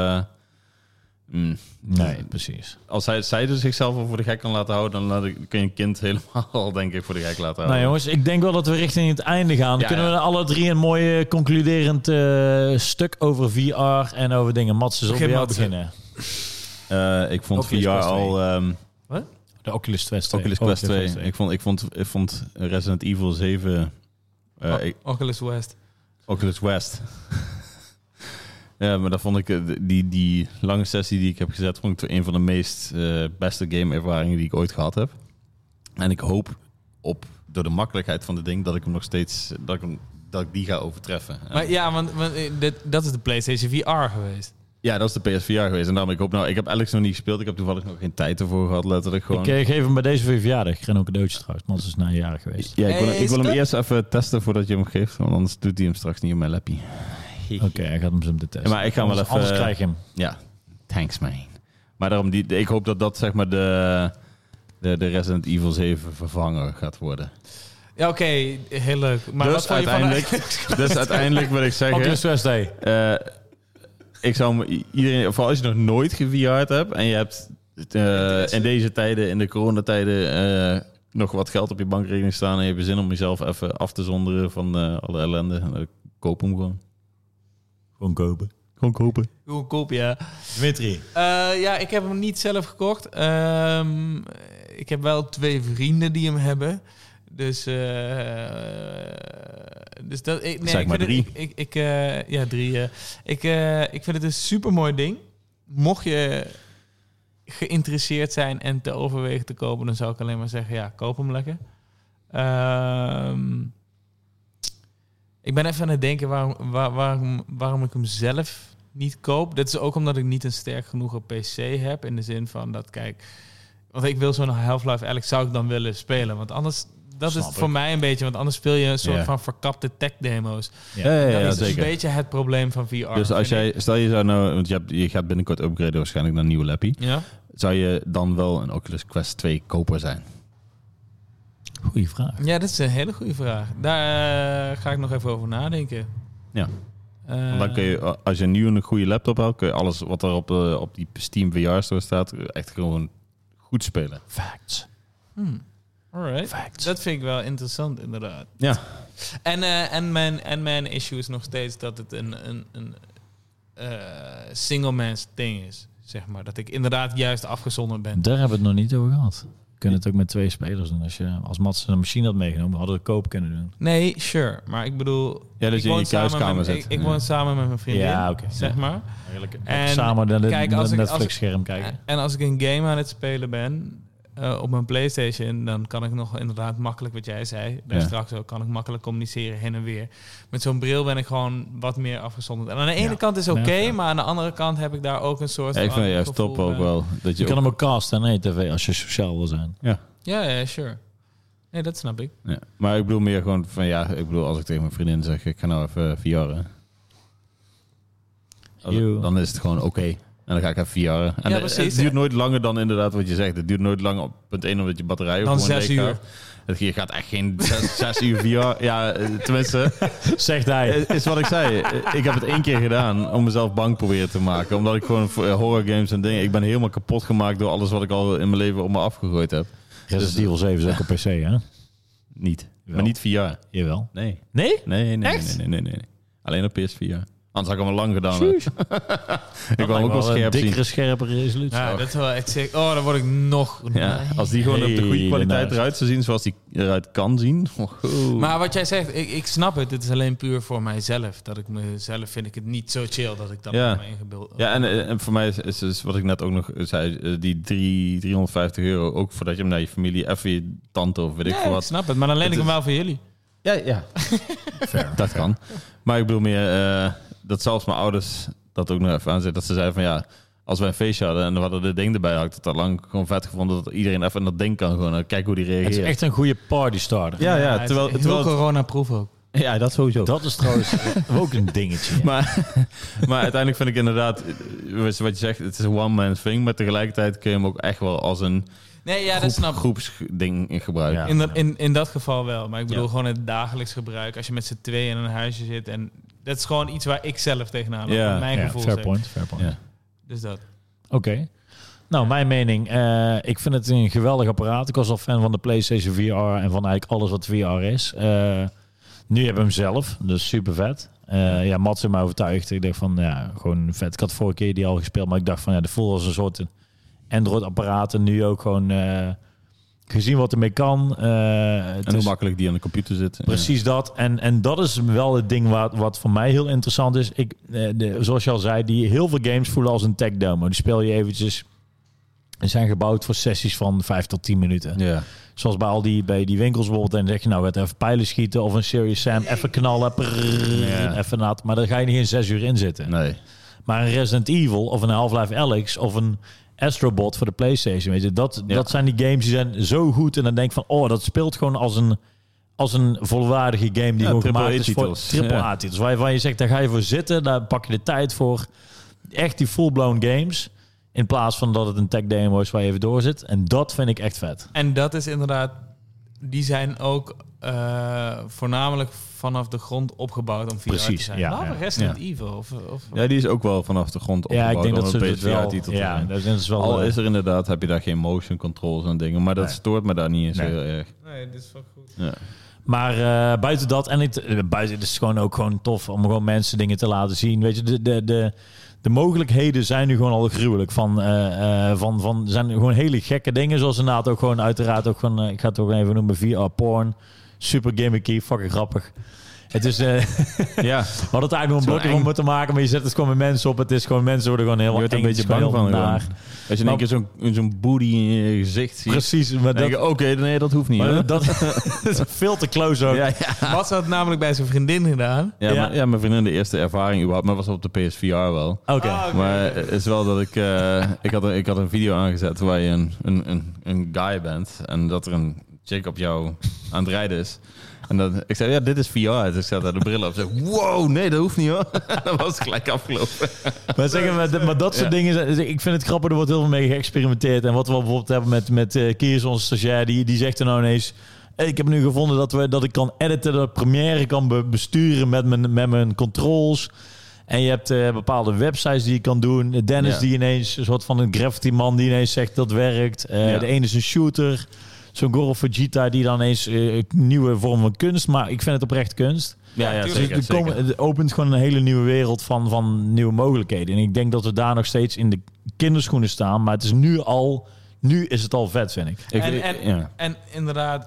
Nee, precies. Als zij dus zichzelf al voor de gek kan laten houden, dan kun je een kind helemaal, denk ik, voor de gek laten houden. Nou jongens, ik denk wel dat we richting het einde gaan. Ja, Kunnen we alle drie een mooi concluderend stuk over VR en over dingen. Mats, zullen we bij jou beginnen? Ik vond Oculus VR Quest 2. al... De Oculus Quest 2. Oculus Quest 2. Ik vond Resident Evil 7... Oculus West. Oculus West. Ja, maar dat vond ik... Die lange sessie die ik heb gezet, vond ik een van de meest beste game-ervaringen die ik ooit gehad heb. En ik hoop door de makkelijkheid van het ding, dat ik hem nog steeds... Dat ik die ga overtreffen. Maar ja, want dat is de PlayStation VR geweest. Ja, dat is de PSVR geweest. En daarom, ik heb Alex nog niet gespeeld. Ik heb toevallig nog geen tijd ervoor gehad, letterlijk gewoon. Ik geef hem bij deze voor je verjaardag. Ik krijg ook een cadeautje trouwens. Mats is na een jaar geweest. Ja, ik wil hem dat? eerst even testen voordat je hem geeft. Want anders doet hij hem straks niet op mijn lappie. Oké, hij gaat hem zo te testen. Ja, maar ik ga hem wel even... Anders krijg je hem. Ja, thanks man. Maar daarom, ik hoop dat zeg maar de Resident Evil 7 vervanger gaat worden. Ja, oké, heel leuk. Maar wat vond je van uiteindelijk wil ik zeggen... Oculus Quest 2. Ik zou iedereen, vooral als je nog nooit geVR'd hebt en je hebt in deze tijden, in de coronatijden, nog wat geld op je bankrekening staan en je hebt zin om jezelf even af te zonderen van alle ellende, koop hem gewoon. Gewoon kopen. Gewoon kopen. Hoe koop je? Dimitri. Ja, ik heb hem niet zelf gekocht. Ik heb wel 2 vrienden die hem hebben. Dus dat... Zeg maar 3. Ja, 3. Ik vind het een supermooi ding. Mocht je geïnteresseerd zijn en te overwegen te kopen, dan zou ik alleen maar zeggen, ja, koop hem lekker. Ik ben even aan het denken waarom ik hem zelf niet koop. Dat is ook omdat ik niet een sterk genoeg PC heb. In de zin van dat, kijk... Want ik wil zo'n Half-Life Alyx zou ik dan willen spelen. Want anders... Dat Snap is voor mij een beetje... Want anders speel je een soort van verkapte tech-demo's. Ja. Dat is zeker. een beetje het probleem van VR. Dus als jij... Stel je zou nou... Want je gaat binnenkort upgraden waarschijnlijk naar een nieuwe lappie. Ja? Zou je dan wel een Oculus Quest 2 koper zijn? Goeie vraag. Ja, dat is een hele goede vraag. Daar ga ik nog even over nadenken. Ja. Want dan kun je, als je nu een goede laptop hebt, kun je alles wat er op die Steam VR Store staat, echt gewoon goed spelen. Facts. Alright. Facts. Dat vind ik wel interessant, inderdaad. Ja. En mijn issue is nog steeds dat het een single man's thing is. Zeg maar. Dat ik inderdaad juist afgezonderd ben. Daar hebben we het nog niet over gehad. We kunnen het ook met 2 spelers doen. Als Mats een machine had meegenomen, hadden we koop kunnen doen. Nee, sure. Maar ik bedoel... Ja, dus ik je in je thuiskamer zit. Ik woon samen met mijn vriendin, Ja, oké. zeg maar. Eigenlijk En samen naar kijk, als het ik- Netflix-scherm kijken. En als ik een game aan het spelen ben op mijn PlayStation, dan kan ik nog inderdaad makkelijk, wat jij zei, daar Ja. straks ook, kan ik makkelijk communiceren heen en weer. Met zo'n bril ben ik gewoon wat meer afgezonderd. En aan de ene kant is oké, Ja. maar aan de andere kant heb ik daar ook een soort Ja, ik vind het juist gevoel top ook bij. wel. Dat Je je kan ook- hem ook casten en tv als je sociaal wil zijn. Ja, sure. Nee, dat snap ik. ja. Maar ik bedoel meer gewoon van, als ik tegen mijn vriendin zeg, ik ga nou even VR'en. Dan is het gewoon oké. En dan ga ik even VR'en. En Ja, het precies, duurt hè. nooit langer dan inderdaad wat je zegt. Het duurt nooit langer op punt 1 omdat je batterij ook Dan gewoon 6 leeg uur. gaat. Je gaat echt geen 6 uur VR. Ja, tenminste, Zegt hij. is wat ik zei. Ik heb het 1 keer gedaan om mezelf bang proberen te maken. Omdat ik gewoon voor horror games en dingen... Ik ben helemaal kapot gemaakt door alles wat ik al in mijn leven op me afgegooid heb. Resident Evil 7 is ook op PC, hè? Niet. Maar niet VR. Jawel. Nee. Nee? Nee. Alleen op PS4. Anders had ik hem al lang gedaan. Jeez. Ik wou hem ook wel scherp zien. dikkere, scherpere resolutie. Ja, dat is wel echt sick. Oh, dan word ik nog... Ja, als die gewoon op de goede Hele kwaliteit nice. eruit zou zien zoals die eruit kan zien. Maar wat jij zegt, ik snap het. Het is alleen puur voor mijzelf. Dat ik mezelf vind ik het niet zo chill dat ik dat Ja. op me ingebeeld. Ja, en voor mij is dus wat ik net ook nog zei, die €350 ook voordat je hem naar je familie, even je tante of weet ik Ja, veel ik wat. snap het. Maar dan leen Het ik hem is- wel voor jullie. Ja. Dat kan. Maar ik bedoel meer dat zelfs mijn ouders dat ook nog even aanzetten. Dat ze zeiden van ja, als wij een feestje hadden en we hadden dit ding erbij, had ik het al lang gewoon vet gevonden dat iedereen even dat ding kan gewoon kijken hoe die reageert. Het is echt een goede party starter. Ja, het terwijl is heel corona-proof ook. ja, dat sowieso. Dat is trouwens ook een dingetje. Ja. Maar uiteindelijk vind ik inderdaad, wat je zegt, het is een one-man thing, maar tegelijkertijd kun je hem ook echt wel als een Nee, ja, dat snap ik. groepsding in gebruiken. Ja. In dat geval wel. Maar ik bedoel Ja. gewoon het dagelijks gebruik. Als je met z'n tweeën in een huisje zit. En dat is gewoon iets waar ik zelf tegenaan loop. Ja. Wat mijn gevoel fair zegt. point. Ja. Dus dat. Oké. Nou, mijn mening. Ik vind het een geweldig apparaat. Ik was al fan van de PlayStation VR en van eigenlijk alles wat VR is. Nu hebben we hem zelf, dus super vet. Ja, Mats heeft me overtuigd. Ik dacht van, ja, gewoon vet. Ik had vorige keer die al gespeeld, maar ik dacht van, ja, de voel als een soort Android-apparaat. En nu ook gewoon gezien wat ermee kan. Het En hoe is makkelijk die aan de computer zit. precies dat. En dat is wel het ding wat voor mij heel interessant is. Zoals je al zei, heel veel games voelen als een tech demo. Die speel je eventjes. Die zijn gebouwd voor sessies van 5 tot 10 minuten. Ja. Zoals bij die winkels bijvoorbeeld. En dan zeg je nou, even pijlen schieten of een Serious Sam. Even knallen. Ja. Even nat. Maar daar ga je niet in 6 uur in zitten. Nee. Maar een Resident Evil of een Half-Life Alyx of een Astrobot voor de PlayStation. Weet je, dat zijn die games die zijn zo goed. En dan denk ik van, oh, dat speelt gewoon als een volwaardige game die gewoon gemaakt is voor AAA-titels. Waarvan je zegt, daar ga je voor zitten. Daar pak je de tijd voor. Echt die full-blown games. In plaats van dat het een tech demo is waar je even door zit. En dat vind ik echt vet. En dat is inderdaad... Die zijn ook voornamelijk vanaf de grond opgebouwd om VR Precies, te zijn. ja, Nou, ja. Resident Evil. Of, Ja, die is ook wel vanaf de grond opgebouwd. Ja, ik denk dat om ze een het wel... PSVR-titel te Ja, zijn. dat is wel... Al is er inderdaad, heb je daar geen motion controls en dingen. Maar dat Nee. stoort me daar niet eens Nee. heel erg. Nee, dit is wel goed. Ja. Maar buiten dat, en buiten het is gewoon tof om gewoon mensen dingen te laten zien. Weet je, de mogelijkheden zijn nu gewoon al gruwelijk. Zijn gewoon hele gekke dingen, zoals inderdaad ook gewoon uiteraard ook gewoon, ik ga het ook even noemen, VR-porn. Super gimmicky, fucking grappig. Het is, Ja. we hadden het eigenlijk nog een blokje van moeten maken, maar je zet het gewoon met mensen op. Het is gewoon, mensen worden gewoon Je heel wordt er eng, een beetje bang heel van. naar. gewoon. Als je in één keer zo'n booty in je gezicht ziet. Precies, maar Dan denk dat, je, oké, nee, dat hoeft niet. maar hoor. dat is veel te close ook. Ja, Wat had het namelijk bij zijn vriendin gedaan? ja, Ja. Maar, ja, mijn vriendin de eerste ervaring überhaupt, maar was op de PSVR wel. Oké. Maar het is wel dat ik had een video aangezet waar je een guy bent en dat er een chick op jou aan het rijden is. En dat, ik zei, ja, dit is VR. Dus ik zet daar de bril op. Ik zeg, wow, nee, dat hoeft niet hoor. Dat was het gelijk afgelopen. Maar dat soort dingen, ik vind het grappig, er wordt heel veel mee geëxperimenteerd. En wat we bijvoorbeeld hebben met Kiers, onze stagiair, die zegt er nou ineens... Hey, ik heb nu gevonden dat ik kan editen, dat ik Premiere kan besturen met mijn controls. En je hebt bepaalde websites die je kan doen. Dennis Ja. die ineens, een soort van een graffiti man die ineens zegt dat werkt. De ene is een shooter. Zo'n Goro Fujita die dan eens een nieuwe vorm van kunst. Maar ik vind het oprecht kunst. Ja, Dus zeker. het opent gewoon een hele nieuwe wereld van nieuwe mogelijkheden. En ik denk dat we daar nog steeds in de kinderschoenen staan. Maar het is nu is het al vet, vind ik. En inderdaad,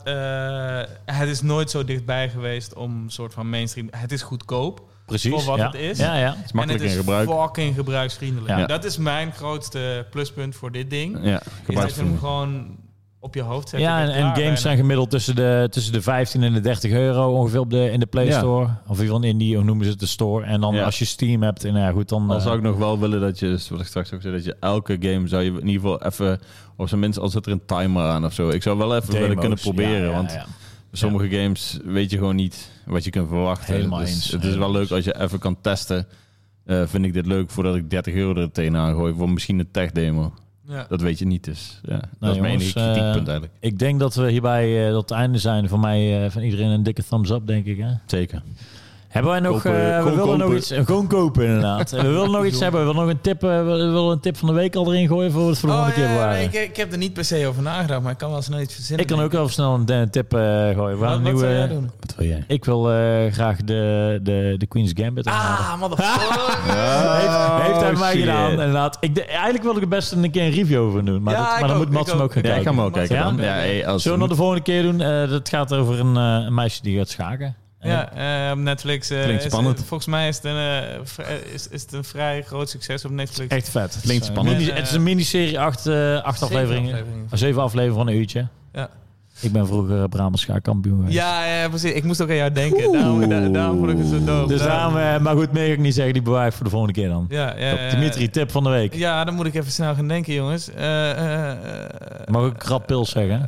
het is nooit zo dichtbij geweest om een soort van mainstream... Het is goedkoop. Precies. Voor wat ja. het is. Ja, ja. Het is makkelijk en het in is gebruik. fucking gebruiksvriendelijk. Ja. Dat is mijn grootste pluspunt voor dit ding. Ja, Is dat je hem gebruiksvriendelijk. gewoon op je hoofd zet. Ja, en games zijn gemiddeld tussen de 15 en de 30 euro ongeveer in de Play Ja. Store. Of in ieder geval in die, hoe noemen ze het, de store. En dan Ja. als je Steam hebt, en ja goed, dan... Dan zou ik nog wel willen dat je, dus wat ik straks ook zei, dat je elke game zou je in ieder geval even, of zijn minst al zit er een timer aan of zo. Ik zou wel even willen kunnen proberen, want sommige games weet je gewoon niet wat je kunt verwachten. Helemaal Dus eens. het is wel leuk als je even kan testen. Vind ik dit leuk voordat ik 30 euro er tegenaan gooi voor misschien een tech demo. Ja. Dat weet je niet, dus ja, dat Nou, is mijn jongens, enige kritiekpunt eigenlijk. Ik denk dat we hierbij tot het einde zijn. Voor mij, van iedereen een dikke thumbs up, denk ik. Hè? Zeker. Hebben wij nog... Kopen, we willen nog kopen. iets... Gewoon kopen, inderdaad. We willen nog iets hebben. We willen nog een tip, we willen een tip van de week al erin gooien voor we het voor de volgende keer bewaren. ik heb er niet per se over nagedacht, maar ik kan wel snel iets verzinnen. Ik kan ook wel snel een tip gooien. We gaan een Wat zou jij nieuwe... doen? Wat wil jij? Ik wil graag de Queen's Gambit aanraden. Ah, motherfucker. Heeft hij mij shit. gedaan, inderdaad. Eigenlijk wil ik er best een keer een review over doen. Maar, Ja, maar ik dan ook, moet Mats ik hem ook. ook gaan Ja, ik kijken. ga hem ook kijken Ja? dan. Ja, als Zullen we dat de volgende keer doen? Dat gaat over een meisje die gaat schaken. Ja, op Netflix. Klinkt spannend. Volgens mij is het een vrij groot succes op Netflix. Echt vet. Klinkt spannend. Het is een miniserie, 8 afleveringen. 7 afleveringen van een uurtje. Ja. Ik ben vroeger Brabants schaakkampioen geweest. Ja, precies. Ik moest ook aan jou denken. Daarom vond ik het zo doof. Dus daarom, maar goed, meer ga ik niet zeggen. Die bewaar ik voor de volgende keer dan. Ja, Dimitri, tip van de week. Ja, dan moet ik even snel gaan denken, jongens. Mag ik krap pils zeggen?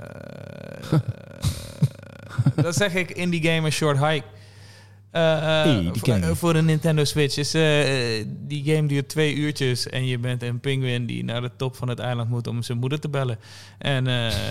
Dan zeg ik Indie Game A Short Hike. die ken ik. Voor de Nintendo Switch. Die game duurt 2 uurtjes en je bent een pinguïn die naar de top van het eiland moet om zijn moeder te bellen. En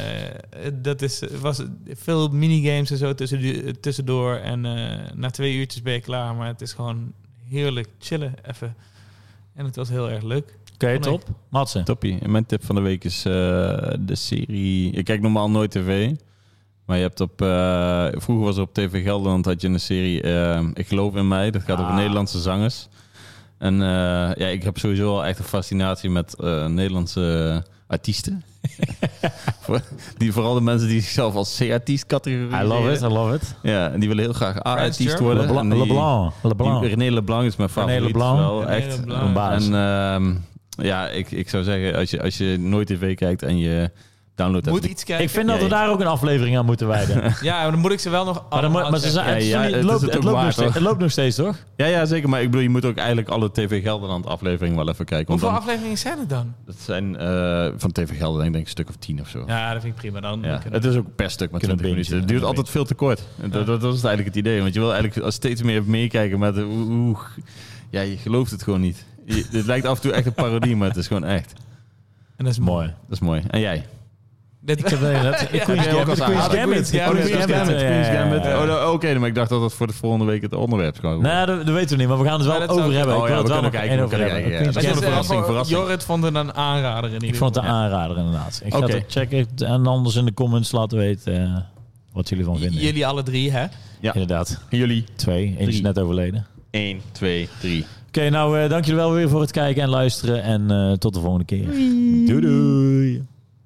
was veel minigames en zo tussendoor. En na 2 uurtjes ben je klaar, maar het is gewoon heerlijk chillen even. En het was heel erg leuk. Oké, top. Matsen. Toppie. En mijn tip van de week is de serie... Ik kijk normaal nooit tv. Maar je hebt vroeger was er op TV Gelderland had je een serie Ik geloof in mij. Dat gaat over Nederlandse zangers. En ik heb sowieso al echt een fascinatie met Nederlandse artiesten. Vooral de mensen die zichzelf als C-artiest categoriseren. I love it. Ja, en die willen heel graag A-artiest Scherp. worden. En die- LeBlanc. René Leblanc is mijn favoriet. Leblanc. Wel, René echt Leblanc. Een baas. En ik zou zeggen, als je nooit tv kijkt en je downloadt Moet even iets kijken. Ik vind dat we daar ook een aflevering aan moeten wijden. Ja, maar dan moet ik ze wel nog Maar ze zijn, Ja, het, het is het ook waard, hoor. het loopt nog steeds, toch? Ja, zeker. Maar ik bedoel, je moet ook eigenlijk alle TV Gelderland afleveringen wel even kijken. Want Hoeveel dan, afleveringen zijn er dan? dat zijn van TV Gelderland denk ik een stuk of 10 of zo. Ja, dat vind ik prima. Dan Ja, het is ook per stuk maar Kunnen 20 minuten. bingen, Het duurt kunnen altijd veel te kort. Dat is eigenlijk het idee. Want je wil eigenlijk steeds meer meekijken met ja, je gelooft het gewoon niet. Het lijkt af en toe echt een parodie, maar het is gewoon echt. En dat is Mooi. Dat is mooi. En jij? Ik heb net Queen's jij ook Gambit. als Queen's aan- Gambit. Ja, Queen's Queen's Gambit. Queen's Gambit. Ja. Oké, maar ik dacht dat dat voor de volgende week het onderwerp zou worden. Nee, dat weten we niet, maar we gaan het Maar wel dat zou over hebben. Oh Ik ja, wil het we wel nog kunnen één kijken, over we hebben. kunnen Queen's kijken, ja. Gambit. Dat is een verrassing. Jorrit vond het een aanrader in ieder Ik vond het een geval. aanrader inderdaad. Ik ga Oké. het checken en anders in de comments laten weten wat jullie van vinden. Jullie alle 3, hè? Ja. Inderdaad. Jullie? 2. Eentje is 3. net overleden. 1, 2, 3. Oké, nou dank jullie wel weer voor het kijken en luisteren. En tot de volgende keer. Doei doei.